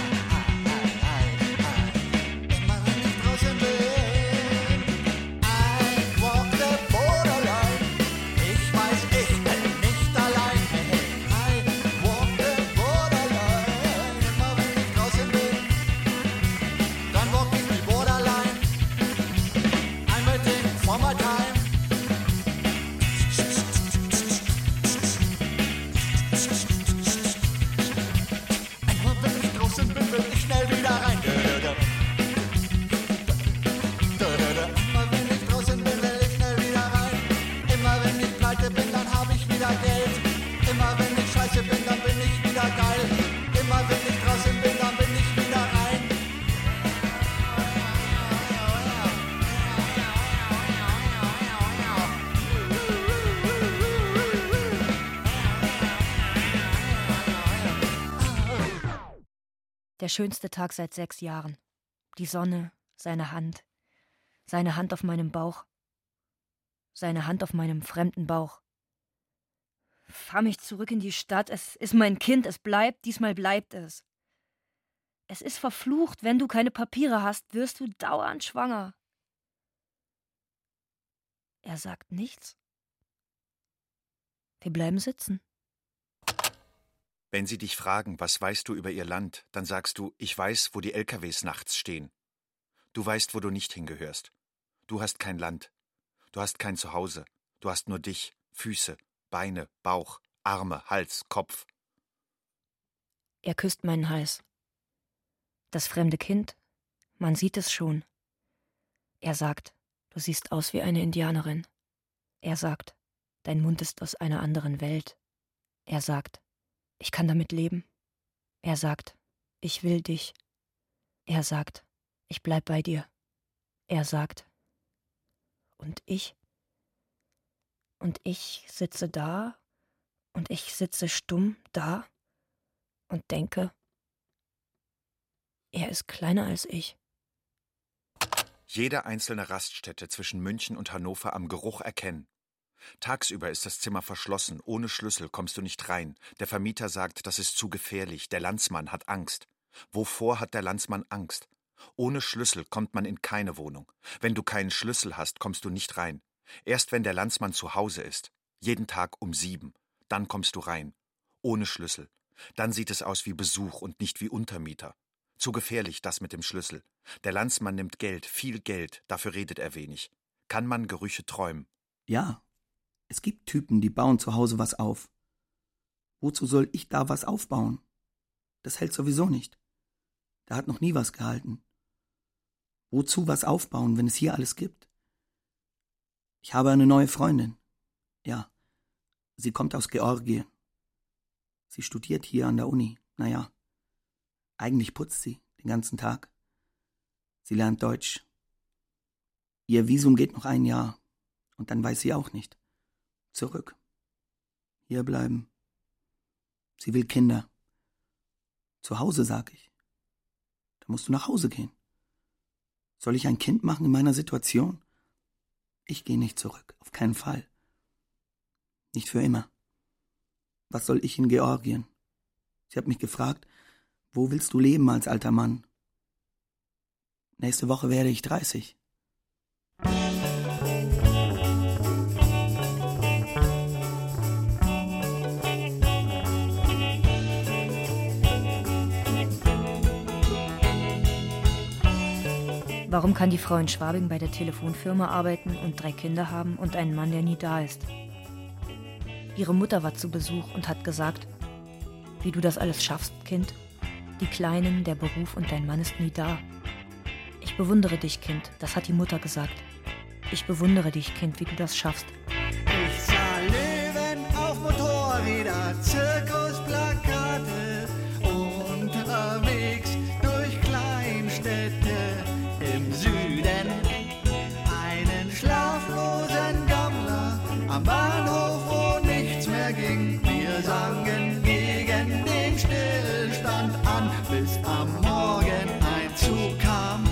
Der schönste Tag seit sechs Jahren. Die Sonne, seine Hand, seine Hand auf meinem Bauch, seine Hand auf meinem fremden Bauch. Fahr mich zurück in die Stadt, es ist mein Kind, es bleibt, diesmal bleibt es. Es ist verflucht, wenn du keine Papiere hast, wirst du dauernd schwanger. Er sagt nichts. Wir bleiben sitzen. Wenn sie dich fragen, was weißt du über ihr Land, dann sagst du, ich weiß, wo die L K Ws nachts stehen. Du weißt, wo du nicht hingehörst. Du hast kein Land. Du hast kein Zuhause. Du hast nur dich, Füße, Beine, Bauch, Arme, Hals, Kopf. Er küsst meinen Hals. Das fremde Kind, man sieht es schon. Er sagt, du siehst aus wie eine Indianerin. Er sagt, dein Mund ist aus einer anderen Welt. Er sagt, ich kann damit leben. Er sagt, ich will dich. Er sagt, ich bleib bei dir. Er sagt, und ich? Und ich sitze da, und ich sitze stumm da und denke, er ist kleiner als ich. Jede einzelne Raststätte zwischen München und Hannover am Geruch erkennen. Tagsüber ist das Zimmer verschlossen, ohne Schlüssel kommst du nicht rein. Der Vermieter sagt, das ist zu gefährlich, der Landsmann hat Angst. Wovor hat der Landsmann Angst? Ohne Schlüssel kommt man in keine Wohnung. Wenn du keinen Schlüssel hast, kommst du nicht rein. Erst wenn der Landsmann zu Hause ist, jeden Tag um sieben, dann kommst du rein. Ohne Schlüssel. Dann sieht es aus wie Besuch und nicht wie Untermieter. Zu gefährlich, das mit dem Schlüssel. Der Landsmann nimmt Geld, viel Geld, dafür redet er wenig. Kann man Gerüche träumen? Ja, es gibt Typen, die bauen zu Hause was auf. Wozu soll ich da was aufbauen? Das hält sowieso nicht. Da hat noch nie was gehalten. Wozu was aufbauen, wenn es hier alles gibt? Ich habe eine neue Freundin. Ja, sie kommt aus Georgien. Sie studiert hier an der Uni. Naja, eigentlich putzt sie den ganzen Tag. Sie lernt Deutsch. Ihr Visum geht noch ein Jahr. Und dann weiß sie auch nicht. Zurück. Hier bleiben. Sie will Kinder. Zu Hause, sag ich. Da musst du nach Hause gehen. Soll ich ein Kind machen in meiner Situation? Ich gehe nicht zurück, auf keinen Fall. Nicht für immer. Was soll ich in Georgien? Sie hat mich gefragt, wo willst du leben als alter Mann? Nächste Woche werde ich dreißig. Warum kann die Frau in Schwabing bei der Telefonfirma arbeiten und drei Kinder haben und einen Mann, der nie da ist? Ihre Mutter war zu Besuch und hat gesagt, wie du das alles schaffst, Kind. Die Kleinen, der Beruf und dein Mann ist nie da. Ich bewundere dich, Kind, das hat die Mutter gesagt. Ich bewundere dich, Kind, wie du das schaffst. Ich sah Löwen auf Motorräder, Zirkusplakate, unterwegs durch Kleinstädte im Süden. Einen schlaflosen Gammler am Bahnhof, wo nichts mehr ging. Wir sangen gegen den Stillstand an, bis am Morgen ein Zug kam.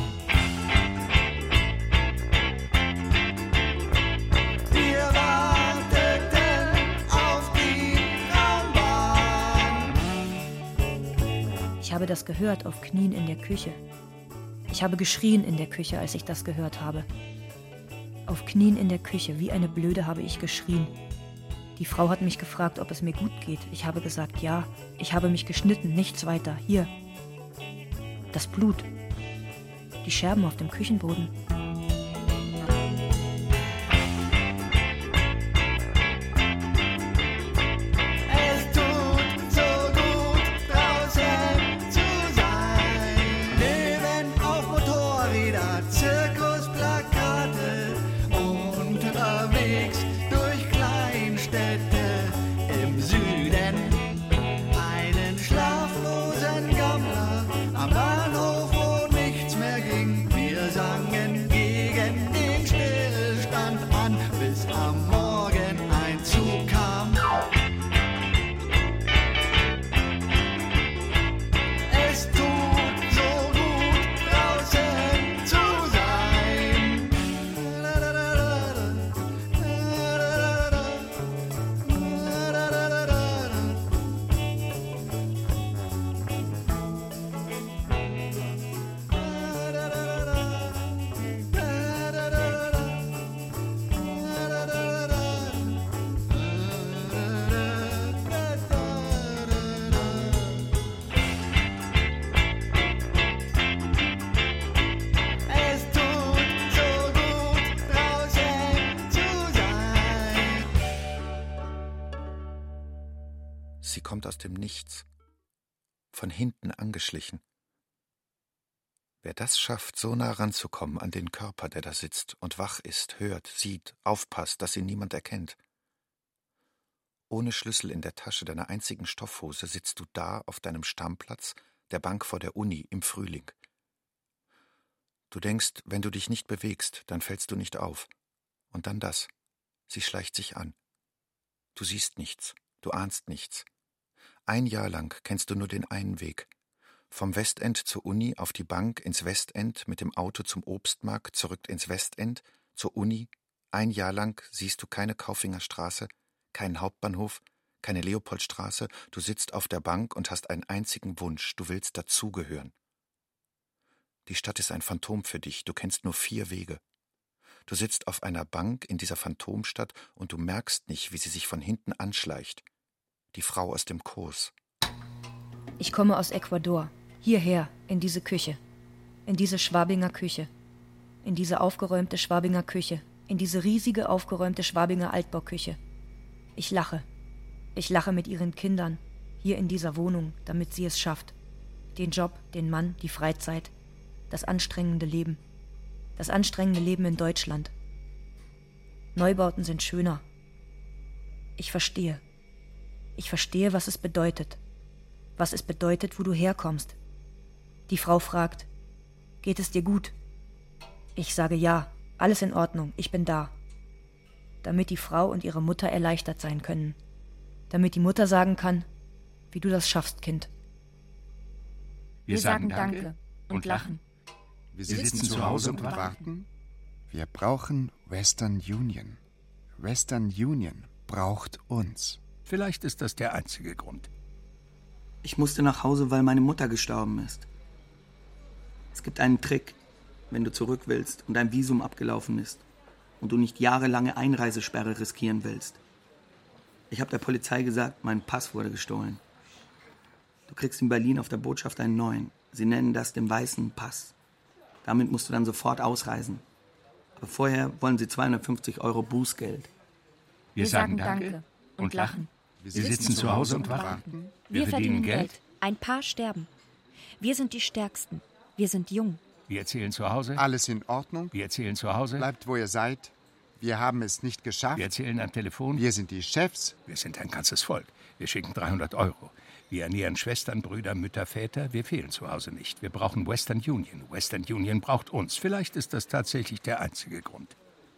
Wir warteten auf die Trambahn. Ich habe das gehört auf Knien in der Küche. Ich habe geschrien in der Küche, als ich das gehört habe. Auf Knien in der Küche, wie eine Blöde, habe ich geschrien. Die Frau hat mich gefragt, ob es mir gut geht. Ich habe gesagt, ja. Ich habe mich geschnitten, nichts weiter. Hier. Das Blut. Die Scherben auf dem Küchenboden. Es tut so gut, draußen zu sein. Löwen auf Motorräder, Zirkusplakate, unterwegs durch Kleinstädte im Süden. Einen schlaflosen Gammler am Bahnhof, wo nichts mehr ging. Wir sangen gegen den Stillstand an, bis am Morgen ein Zug kam. Es tut so gut, draußen zu sein. Sie kommt aus dem Nichts. Von hinten angeschlichen. Wer das schafft, so nah ranzukommen an den Körper, der da sitzt und wach ist, hört, sieht, aufpasst, dass ihn niemand erkennt. Ohne Schlüssel in der Tasche deiner einzigen Stoffhose sitzt du da auf deinem Stammplatz, der Bank vor der Uni im Frühling. Du denkst, wenn du dich nicht bewegst, dann fällst du nicht auf. Und dann das. Sie schleicht sich an. Du siehst nichts, du ahnst nichts. Ein Jahr lang kennst du nur den einen Weg. Vom Westend zur Uni, auf die Bank, ins Westend, mit dem Auto zum Obstmarkt, zurück ins Westend, zur Uni. Ein Jahr lang siehst du keine Kaufingerstraße, keinen Hauptbahnhof, keine Leopoldstraße. Du sitzt auf der Bank und hast einen einzigen Wunsch, du willst dazugehören. Die Stadt ist ein Phantom für dich, du kennst nur vier Wege. Du sitzt auf einer Bank in dieser Phantomstadt und du merkst nicht, wie sie sich von hinten anschleicht. Die Frau aus dem Kurs. Ich komme aus Ecuador, hierher, in diese Küche, in diese Schwabinger Küche, in diese aufgeräumte Schwabinger Küche, in diese riesige, aufgeräumte Schwabinger Altbauküche. Ich lache. Ich lache mit ihren Kindern, hier in dieser Wohnung, damit sie es schafft. Den Job, den Mann, die Freizeit, das anstrengende Leben. Das anstrengende Leben in Deutschland. Neubauten sind schöner. Ich verstehe. Ich verstehe, was es bedeutet. Was es bedeutet, wo du herkommst. Die Frau fragt, geht es dir gut? Ich sage ja, alles in Ordnung, ich bin da. Damit die Frau und ihre Mutter erleichtert sein können. Damit die Mutter sagen kann, wie du das schaffst, Kind. Wir, Wir sagen Danke, Danke und lachen. Wir sitzen zu Hause und warten. Wir brauchen Western Union. Western Union braucht uns. Vielleicht ist das der einzige Grund. Ich musste nach Hause, weil meine Mutter gestorben ist. Es gibt einen Trick, wenn du zurück willst und dein Visum abgelaufen ist und du nicht jahrelange Einreisesperre riskieren willst. Ich habe der Polizei gesagt, mein Pass wurde gestohlen. Du kriegst in Berlin auf der Botschaft einen neuen. Sie nennen das den weißen Pass. Damit musst du dann sofort ausreisen. Aber vorher wollen sie zweihundertfünfzig Euro Bußgeld. Wir, Wir sagen Danke und lachen. Wir sitzen zu Hause und warten. Wir, Wir verdienen Geld. Geld. Ein paar sterben. Wir sind die Stärksten. Wir sind jung. Wir erzählen zu Hause. Alles in Ordnung. Wir erzählen zu Hause. Bleibt, wo ihr seid. Wir haben es nicht geschafft. Wir erzählen am Telefon. Wir sind die Chefs. Wir sind ein ganzes Volk. Wir schicken dreihundert Euro. Wir ernähren Schwestern, Brüder, Mütter, Väter. Wir fehlen zu Hause nicht. Wir brauchen Western Union. Western Union braucht uns. Vielleicht ist das tatsächlich der einzige Grund.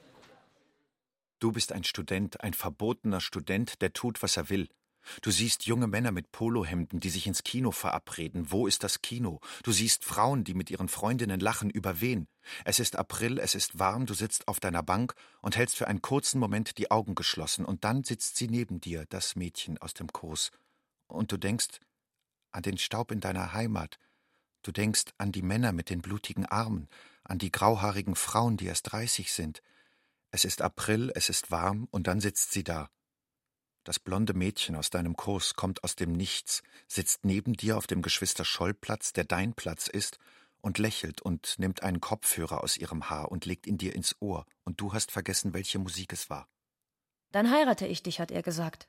Du bist ein Student, ein verbotener Student, der tut, was er will. Du siehst junge Männer mit Polohemden, die sich ins Kino verabreden. Wo ist das Kino? Du siehst Frauen, die mit ihren Freundinnen lachen. Über wen? Es ist April, es ist warm, du sitzt auf deiner Bank und hältst für einen kurzen Moment die Augen geschlossen. Und dann sitzt sie neben dir, das Mädchen aus dem Kurs. Und du denkst an den Staub in deiner Heimat. Du denkst an die Männer mit den blutigen Armen, an die grauhaarigen Frauen, die erst dreißig sind. Es ist April, es ist warm und dann sitzt sie da. Das blonde Mädchen aus deinem Kurs kommt aus dem Nichts, sitzt neben dir auf dem Geschwister-Scholl-Platz, der dein Platz ist, und lächelt und nimmt einen Kopfhörer aus ihrem Haar und legt ihn dir ins Ohr, und du hast vergessen, welche Musik es war. Dann heirate ich dich, hat er gesagt.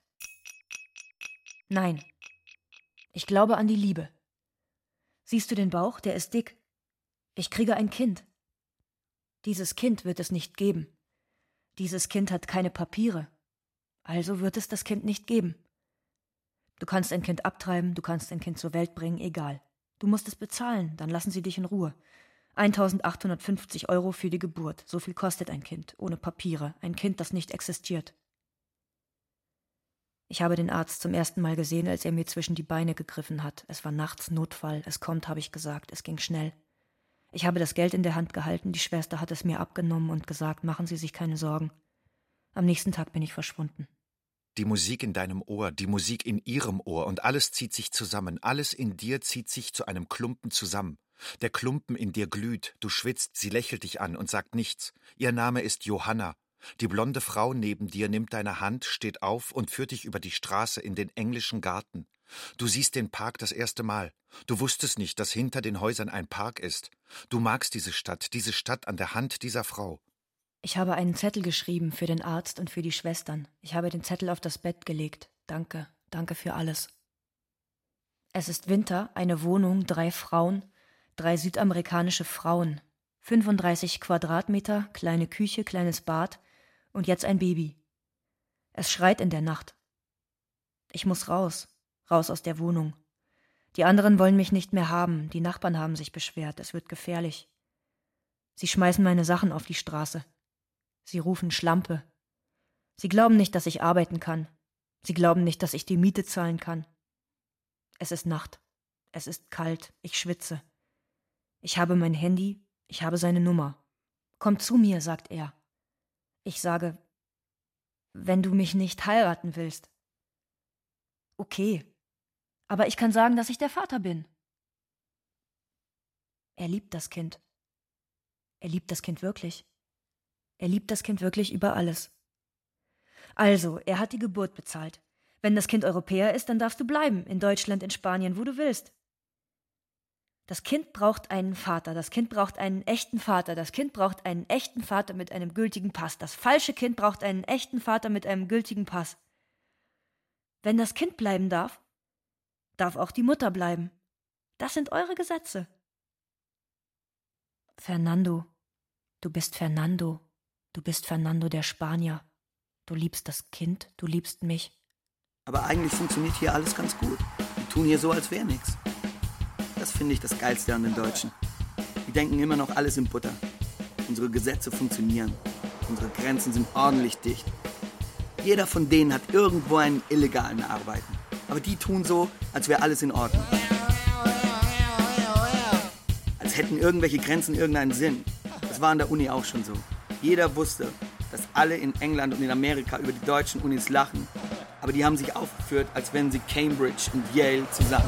Nein. Ich glaube an die Liebe. Siehst du den Bauch? Der ist dick. Ich kriege ein Kind. Dieses Kind wird es nicht geben. Dieses Kind hat keine Papiere. Also wird es das Kind nicht geben. Du kannst ein Kind abtreiben, du kannst ein Kind zur Welt bringen, egal. Du musst es bezahlen, dann lassen sie dich in Ruhe. eintausendachthundertfünfzig Euro für die Geburt. So viel kostet ein Kind, ohne Papiere. Ein Kind, das nicht existiert. Ich habe den Arzt zum ersten Mal gesehen, als er mir zwischen die Beine gegriffen hat. Es war nachts, Notfall. Es kommt, habe ich gesagt. Es ging schnell. Ich habe das Geld in der Hand gehalten. Die Schwester hat es mir abgenommen und gesagt, machen Sie sich keine Sorgen. Am nächsten Tag bin ich verschwunden. Die Musik in deinem Ohr, die Musik in ihrem Ohr und alles zieht sich zusammen. Alles in dir zieht sich zu einem Klumpen zusammen. Der Klumpen in dir glüht, du schwitzt, sie lächelt dich an und sagt nichts. Ihr Name ist Johanna. Die blonde Frau neben dir nimmt deine Hand, steht auf und führt dich über die Straße in den englischen Garten. Du siehst den Park das erste Mal. Du wusstest nicht, dass hinter den Häusern ein Park ist. Du magst diese Stadt, diese Stadt an der Hand dieser Frau. Ich habe einen Zettel geschrieben für den Arzt und für die Schwestern. Ich habe den Zettel auf das Bett gelegt. Danke, danke für alles. Es ist Winter, eine Wohnung, drei Frauen, drei südamerikanische Frauen, fünfunddreißig Quadratmeter, kleine Küche, kleines Bad und jetzt ein Baby. Es schreit in der Nacht. Ich muss raus, raus aus der Wohnung. Die anderen wollen mich nicht mehr haben, die Nachbarn haben sich beschwert, es wird gefährlich. Sie schmeißen meine Sachen auf die Straße. Sie rufen Schlampe. Sie glauben nicht, dass ich arbeiten kann. Sie glauben nicht, dass ich die Miete zahlen kann. Es ist Nacht. Es ist kalt. Ich schwitze. Ich habe mein Handy. Ich habe seine Nummer. Komm zu mir, sagt er. Ich sage, wenn du mich nicht heiraten willst. Okay. Aber ich kann sagen, dass ich der Vater bin. Er liebt das Kind. Er liebt das Kind wirklich. Er liebt das Kind wirklich über alles. Also, er hat die Geburt bezahlt. Wenn das Kind Europäer ist, dann darfst du bleiben, in Deutschland, in Spanien, wo du willst. Das Kind braucht einen Vater, das Kind braucht einen echten Vater, das Kind braucht einen echten Vater mit einem gültigen Pass. Das falsche Kind braucht einen echten Vater mit einem gültigen Pass. Wenn das Kind bleiben darf, darf auch die Mutter bleiben. Das sind eure Gesetze. Fernando, du bist Fernando, du bist Fernando der Spanier. Du liebst das Kind, du liebst mich. Aber eigentlich funktioniert hier alles ganz gut. Die tun hier so, als wäre nichts. Das finde ich das Geilste an den Deutschen. Die denken immer noch alles in Butter. Unsere Gesetze funktionieren. Unsere Grenzen sind ordentlich dicht. Jeder von denen hat irgendwo einen illegalen Arbeiten. Aber die tun so, als wäre alles in Ordnung. Als hätten irgendwelche Grenzen irgendeinen Sinn. Das war an der Uni auch schon so. Jeder wusste, dass alle in England und in Amerika über die deutschen Unis lachen. Aber die haben sich aufgeführt, als wären sie Cambridge und Yale zusammen.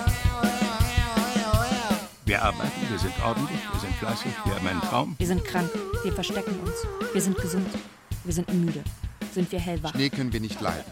Wir arbeiten, wir sind ordentlich, wir sind fleißig, wir haben einen Traum. Wir sind krank, wir verstecken uns. Wir sind gesund, wir sind müde. Sind wir hellwach. Schnee können wir nicht leiden.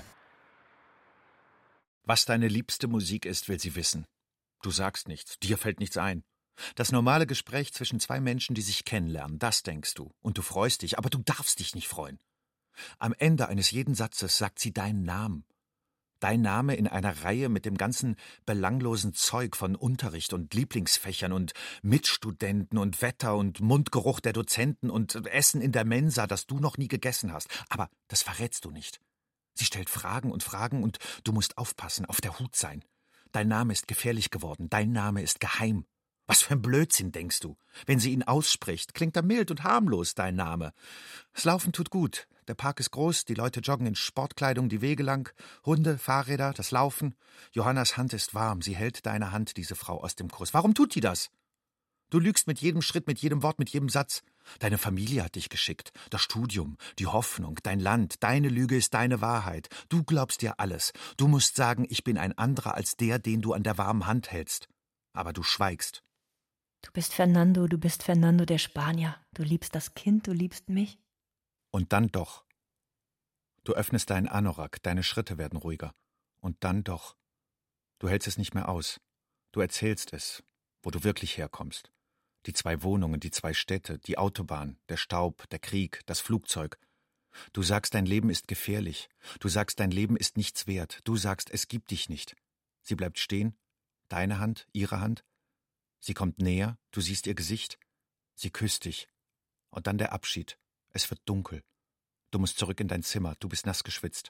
Was deine liebste Musik ist, will sie wissen. Du sagst nichts, dir fällt nichts ein. Das normale Gespräch zwischen zwei Menschen, die sich kennenlernen, das denkst du. Und du freust dich, aber du darfst dich nicht freuen. Am Ende eines jeden Satzes sagt sie deinen Namen. Dein Name in einer Reihe mit dem ganzen belanglosen Zeug von Unterricht und Lieblingsfächern und Mitstudenten und Wetter und Mundgeruch der Dozenten und Essen in der Mensa, das du noch nie gegessen hast. Aber das verrätst du nicht. Sie stellt Fragen und Fragen und du musst aufpassen, auf der Hut sein. Dein Name ist gefährlich geworden, dein Name ist geheim. Was für ein Blödsinn, denkst du? Wenn sie ihn ausspricht, klingt er mild und harmlos, dein Name. Das Laufen tut gut. Der Park ist groß, die Leute joggen in Sportkleidung die Wege lang. Hunde, Fahrräder, das Laufen. Johannas Hand ist warm, sie hält deine Hand, diese Frau, aus dem Kuss. Warum tut die das? Du lügst mit jedem Schritt, mit jedem Wort, mit jedem Satz. Deine Familie hat dich geschickt. Das Studium, die Hoffnung, dein Land, deine Lüge ist deine Wahrheit. Du glaubst dir alles. Du musst sagen, ich bin ein anderer als der, den du an der warmen Hand hältst. Aber du schweigst. Du bist Fernando, du bist Fernando der Spanier. Du liebst das Kind, du liebst mich. Und dann doch. Du öffnest deinen Anorak, deine Schritte werden ruhiger. Und dann doch. Du hältst es nicht mehr aus. Du erzählst es, wo du wirklich herkommst. Die zwei Wohnungen, die zwei Städte, die Autobahn, der Staub, der Krieg, das Flugzeug. Du sagst, dein Leben ist gefährlich. Du sagst, dein Leben ist nichts wert. Du sagst, es gibt dich nicht. Sie bleibt stehen. Deine Hand, ihre Hand. Sie kommt näher, du siehst ihr Gesicht. Sie küsst dich. Und dann der Abschied. Es wird dunkel. Du musst zurück in dein Zimmer. Du bist nass geschwitzt.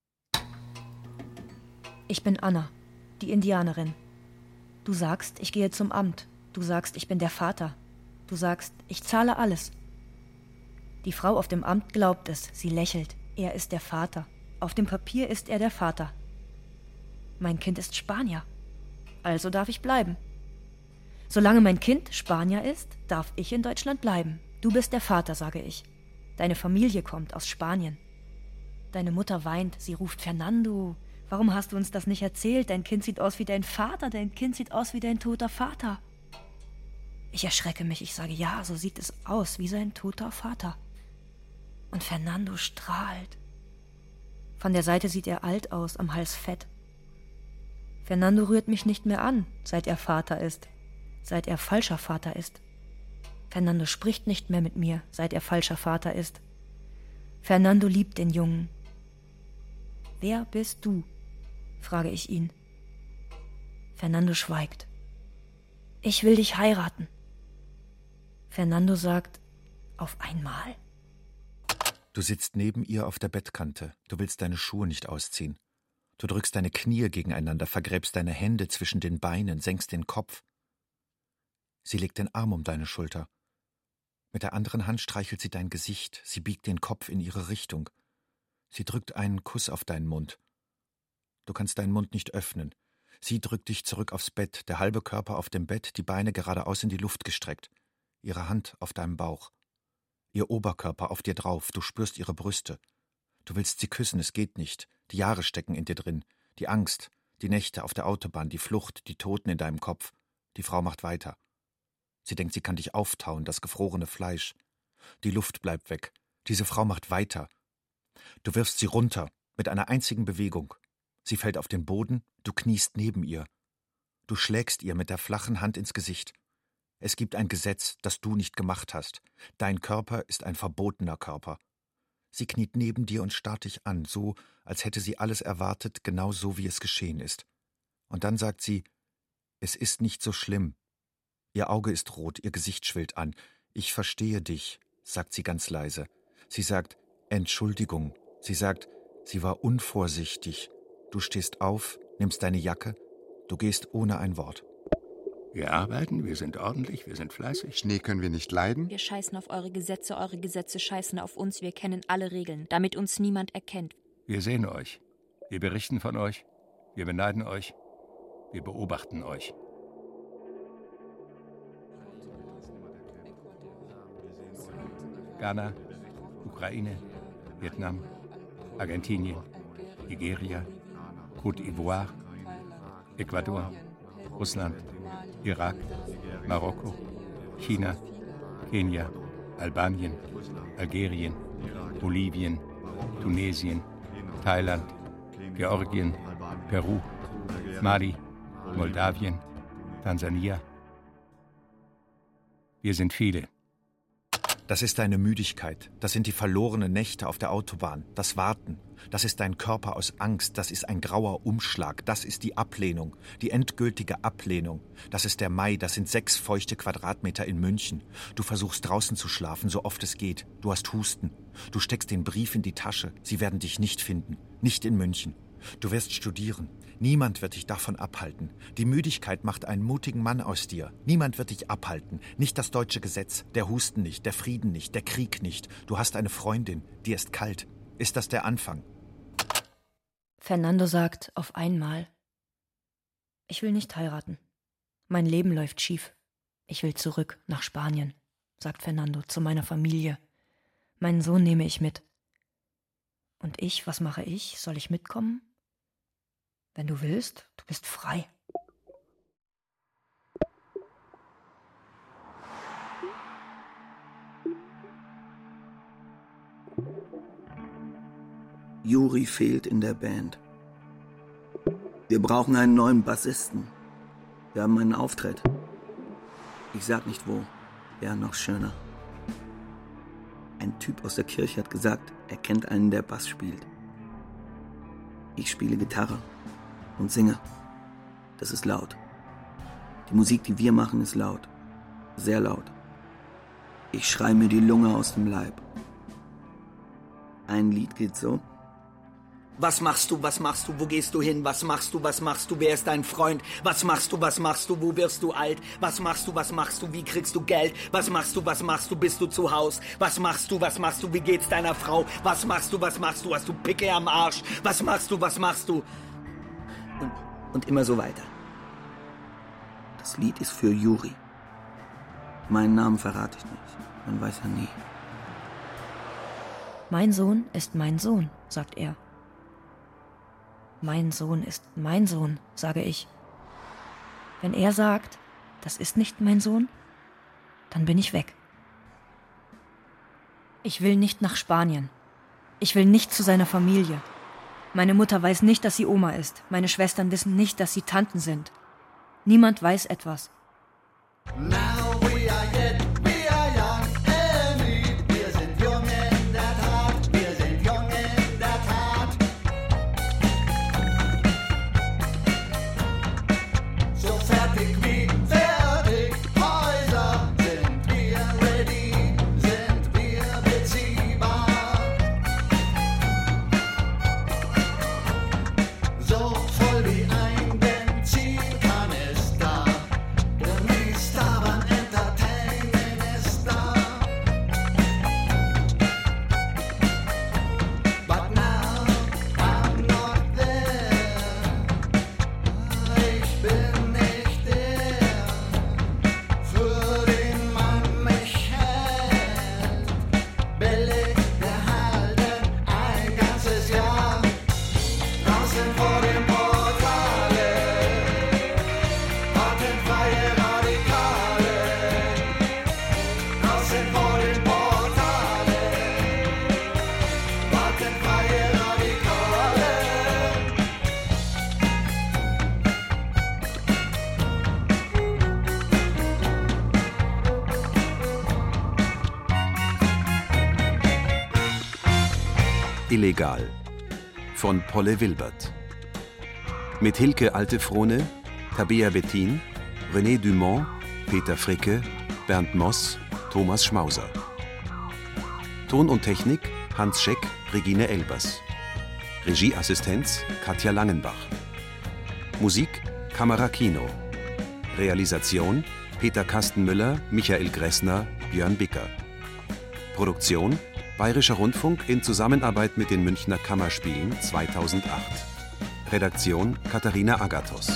Ich bin Anna, die Indianerin. Du sagst, ich gehe zum Amt. Du sagst, ich bin der Vater. Du sagst, ich zahle alles. Die Frau auf dem Amt glaubt es. Sie lächelt. Er ist der Vater. Auf dem Papier ist er der Vater. Mein Kind ist Spanier. Also darf ich bleiben. Solange mein Kind Spanier ist, darf ich in Deutschland bleiben. Du bist der Vater, sage ich. Deine Familie kommt aus Spanien. Deine Mutter weint, sie ruft Fernando. Warum hast du uns das nicht erzählt? Dein Kind sieht aus wie dein Vater, dein Kind sieht aus wie dein toter Vater. Ich erschrecke mich, ich sage, ja, so sieht es aus, wie sein toter Vater. Und Fernando strahlt. Von der Seite sieht er alt aus, am Hals fett. Fernando rührt mich nicht mehr an, seit er Vater ist. Seit er falscher Vater ist. Fernando spricht nicht mehr mit mir, seit er falscher Vater ist. Fernando liebt den Jungen. Wer bist du? frage ich ihn. Fernando schweigt. Ich will dich heiraten. Fernando sagt, auf einmal. Du sitzt neben ihr auf der Bettkante. Du willst deine Schuhe nicht ausziehen. Du drückst deine Knie gegeneinander, vergräbst deine Hände zwischen den Beinen, senkst den Kopf. Sie legt den Arm um deine Schulter. Mit der anderen Hand streichelt sie dein Gesicht. Sie biegt den Kopf in ihre Richtung. Sie drückt einen Kuss auf deinen Mund. Du kannst deinen Mund nicht öffnen. Sie drückt dich zurück aufs Bett, der halbe Körper auf dem Bett, die Beine geradeaus in die Luft gestreckt. Ihre Hand auf deinem Bauch. Ihr Oberkörper auf dir drauf, du spürst ihre Brüste. Du willst sie küssen, es geht nicht. Die Jahre stecken in dir drin. Die Angst, die Nächte auf der Autobahn, die Flucht, die Toten in deinem Kopf. Die Frau macht weiter. Sie denkt, sie kann dich auftauen, das gefrorene Fleisch. Die Luft bleibt weg. Diese Frau macht weiter. Du wirfst sie runter, mit einer einzigen Bewegung. Sie fällt auf den Boden, du kniest neben ihr. Du schlägst ihr mit der flachen Hand ins Gesicht. Es gibt ein Gesetz, das du nicht gemacht hast. Dein Körper ist ein verbotener Körper. Sie kniet neben dir und starrt dich an, so, als hätte sie alles erwartet, genau so, wie es geschehen ist. Und dann sagt sie, es ist nicht so schlimm. Ihr Auge ist rot, ihr Gesicht schwillt an. Ich verstehe dich, sagt sie ganz leise. Sie sagt, Entschuldigung. Sie sagt, sie war unvorsichtig. Du stehst auf, nimmst deine Jacke, du gehst ohne ein Wort. Wir arbeiten, wir sind ordentlich, wir sind fleißig. Schnee können wir nicht leiden. Wir scheißen auf eure Gesetze, eure Gesetze scheißen auf uns. Wir kennen alle Regeln, damit uns niemand erkennt. Wir sehen euch. Wir berichten von euch. Wir beneiden euch. Wir beobachten euch. Ghana, Ukraine, Vietnam, Argentinien, Nigeria, Côte d'Ivoire, Ecuador, Russland, Irak, Marokko, China, Kenia, Albanien, Algerien, Bolivien, Tunesien, Thailand, Georgien, Peru, Mali, Moldawien, Tansania. Wir sind viele. Das ist deine Müdigkeit, das sind die verlorenen Nächte auf der Autobahn, das Warten, das ist dein Körper aus Angst, das ist ein grauer Umschlag, das ist die Ablehnung, die endgültige Ablehnung. Das ist der Mai, das sind sechs feuchte Quadratmeter in München. Du versuchst draußen zu schlafen, so oft es geht. Du hast Husten. Du steckst den Brief in die Tasche. Sie werden dich nicht finden. Nicht in München. Du wirst studieren. Niemand wird dich davon abhalten. Die Müdigkeit macht einen mutigen Mann aus dir. Niemand wird dich abhalten. Nicht das deutsche Gesetz, der Husten nicht, der Frieden nicht, der Krieg nicht. Du hast eine Freundin, die ist kalt. Ist das der Anfang? Fernando sagt auf einmal, ich will nicht heiraten. Mein Leben läuft schief. Ich will zurück nach Spanien, sagt Fernando zu meiner Familie. Meinen Sohn nehme ich mit. Und ich, was mache ich? Soll ich mitkommen? Wenn du willst, du bist frei. Juri fehlt in der Band. Wir brauchen einen neuen Bassisten. Wir haben einen Auftritt. Ich sag nicht wo. Ja, noch schöner. Ein Typ aus der Kirche hat gesagt, er kennt einen, der Bass spielt. Ich spiele Gitarre und singe. Das ist laut. Die Musik, die wir machen, ist laut. Sehr laut. Ich schrei mir die Lunge aus dem Leib. Ein Lied geht so. Was machst du, was machst du, wo gehst du hin, was machst du, was machst du, wer ist dein Freund, was machst du, was machst du, wo wirst du alt, was machst du, was machst du, wie kriegst du Geld, was machst du, was machst du, bist du zu Haus, was machst du, was machst du, wie geht's deiner Frau, was machst du, was machst du, hast du Picke am Arsch, was machst du, was machst du und, und immer so weiter. Das Lied ist für Juri. Meinen Namen verrate ich nicht, man weiß ja nie. Mein Sohn ist mein Sohn, sagt er. Mein Sohn ist mein Sohn, sage ich. Wenn er sagt, das ist nicht mein Sohn, dann bin ich weg. Ich will nicht nach Spanien. Ich will nicht zu seiner Familie. Meine Mutter weiß nicht, dass sie Oma ist. Meine Schwestern wissen nicht, dass sie Tanten sind. Niemand weiß etwas. Now we are yet, we are young and we, wir sind jung in der Tat, wir sind jung in der Tat. Illegal von Polle Wilbert. Mit Hilke Altefrohne, Tabea Bettin, René Dumont, Peter Fricke, Bernd Moss, Thomas Schmauser. Ton und Technik Hans Scheck, Regine Elbers. Regieassistenz Katja Langenbach. Musik Kamera Kino. Realisation Peter Kastenmüller, Michael Gressner, Björn Bicker. Produktion Bayerischer Rundfunk in Zusammenarbeit mit den Münchner Kammerspielen zweitausendacht. Redaktion Katharina Agathos.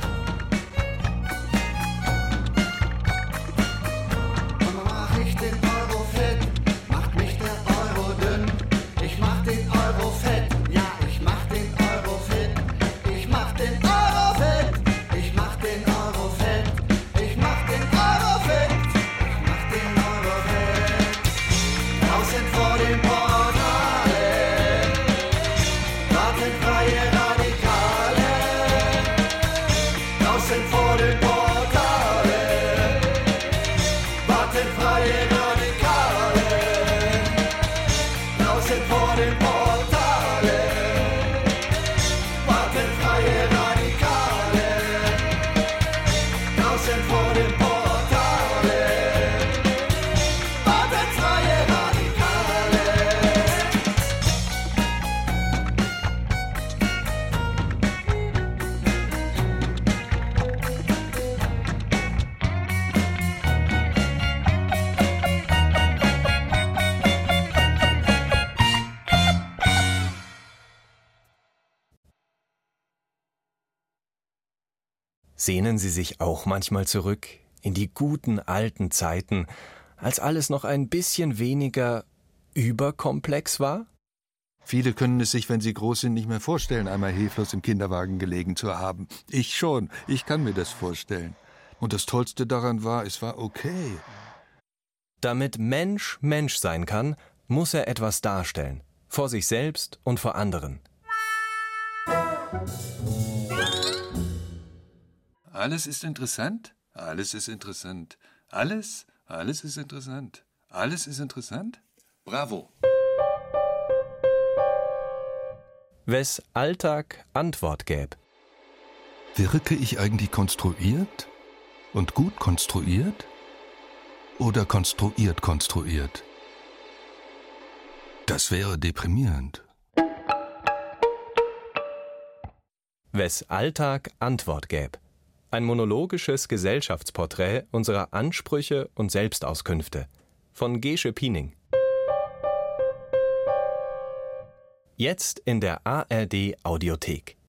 Sehnen Sie sich auch manchmal zurück in die guten alten Zeiten, als alles noch ein bisschen weniger überkomplex war? Viele können es sich, wenn sie groß sind, nicht mehr vorstellen, einmal hilflos im Kinderwagen gelegen zu haben. Ich schon, ich kann mir das vorstellen. Und das Tollste daran war, es war okay. Damit Mensch Mensch sein kann, muss er etwas darstellen, vor sich selbst und vor anderen. Alles ist interessant, alles ist interessant, alles, alles ist interessant, alles ist interessant. Bravo! Wes Alltag Antwort gäb. Wirke ich eigentlich konstruiert und gut konstruiert oder konstruiert konstruiert? Das wäre deprimierend. Wes Alltag Antwort gäb. Ein monologisches Gesellschaftsporträt unserer Ansprüche und Selbstauskünfte von Gesche Piening. Jetzt in der A R D Audiothek.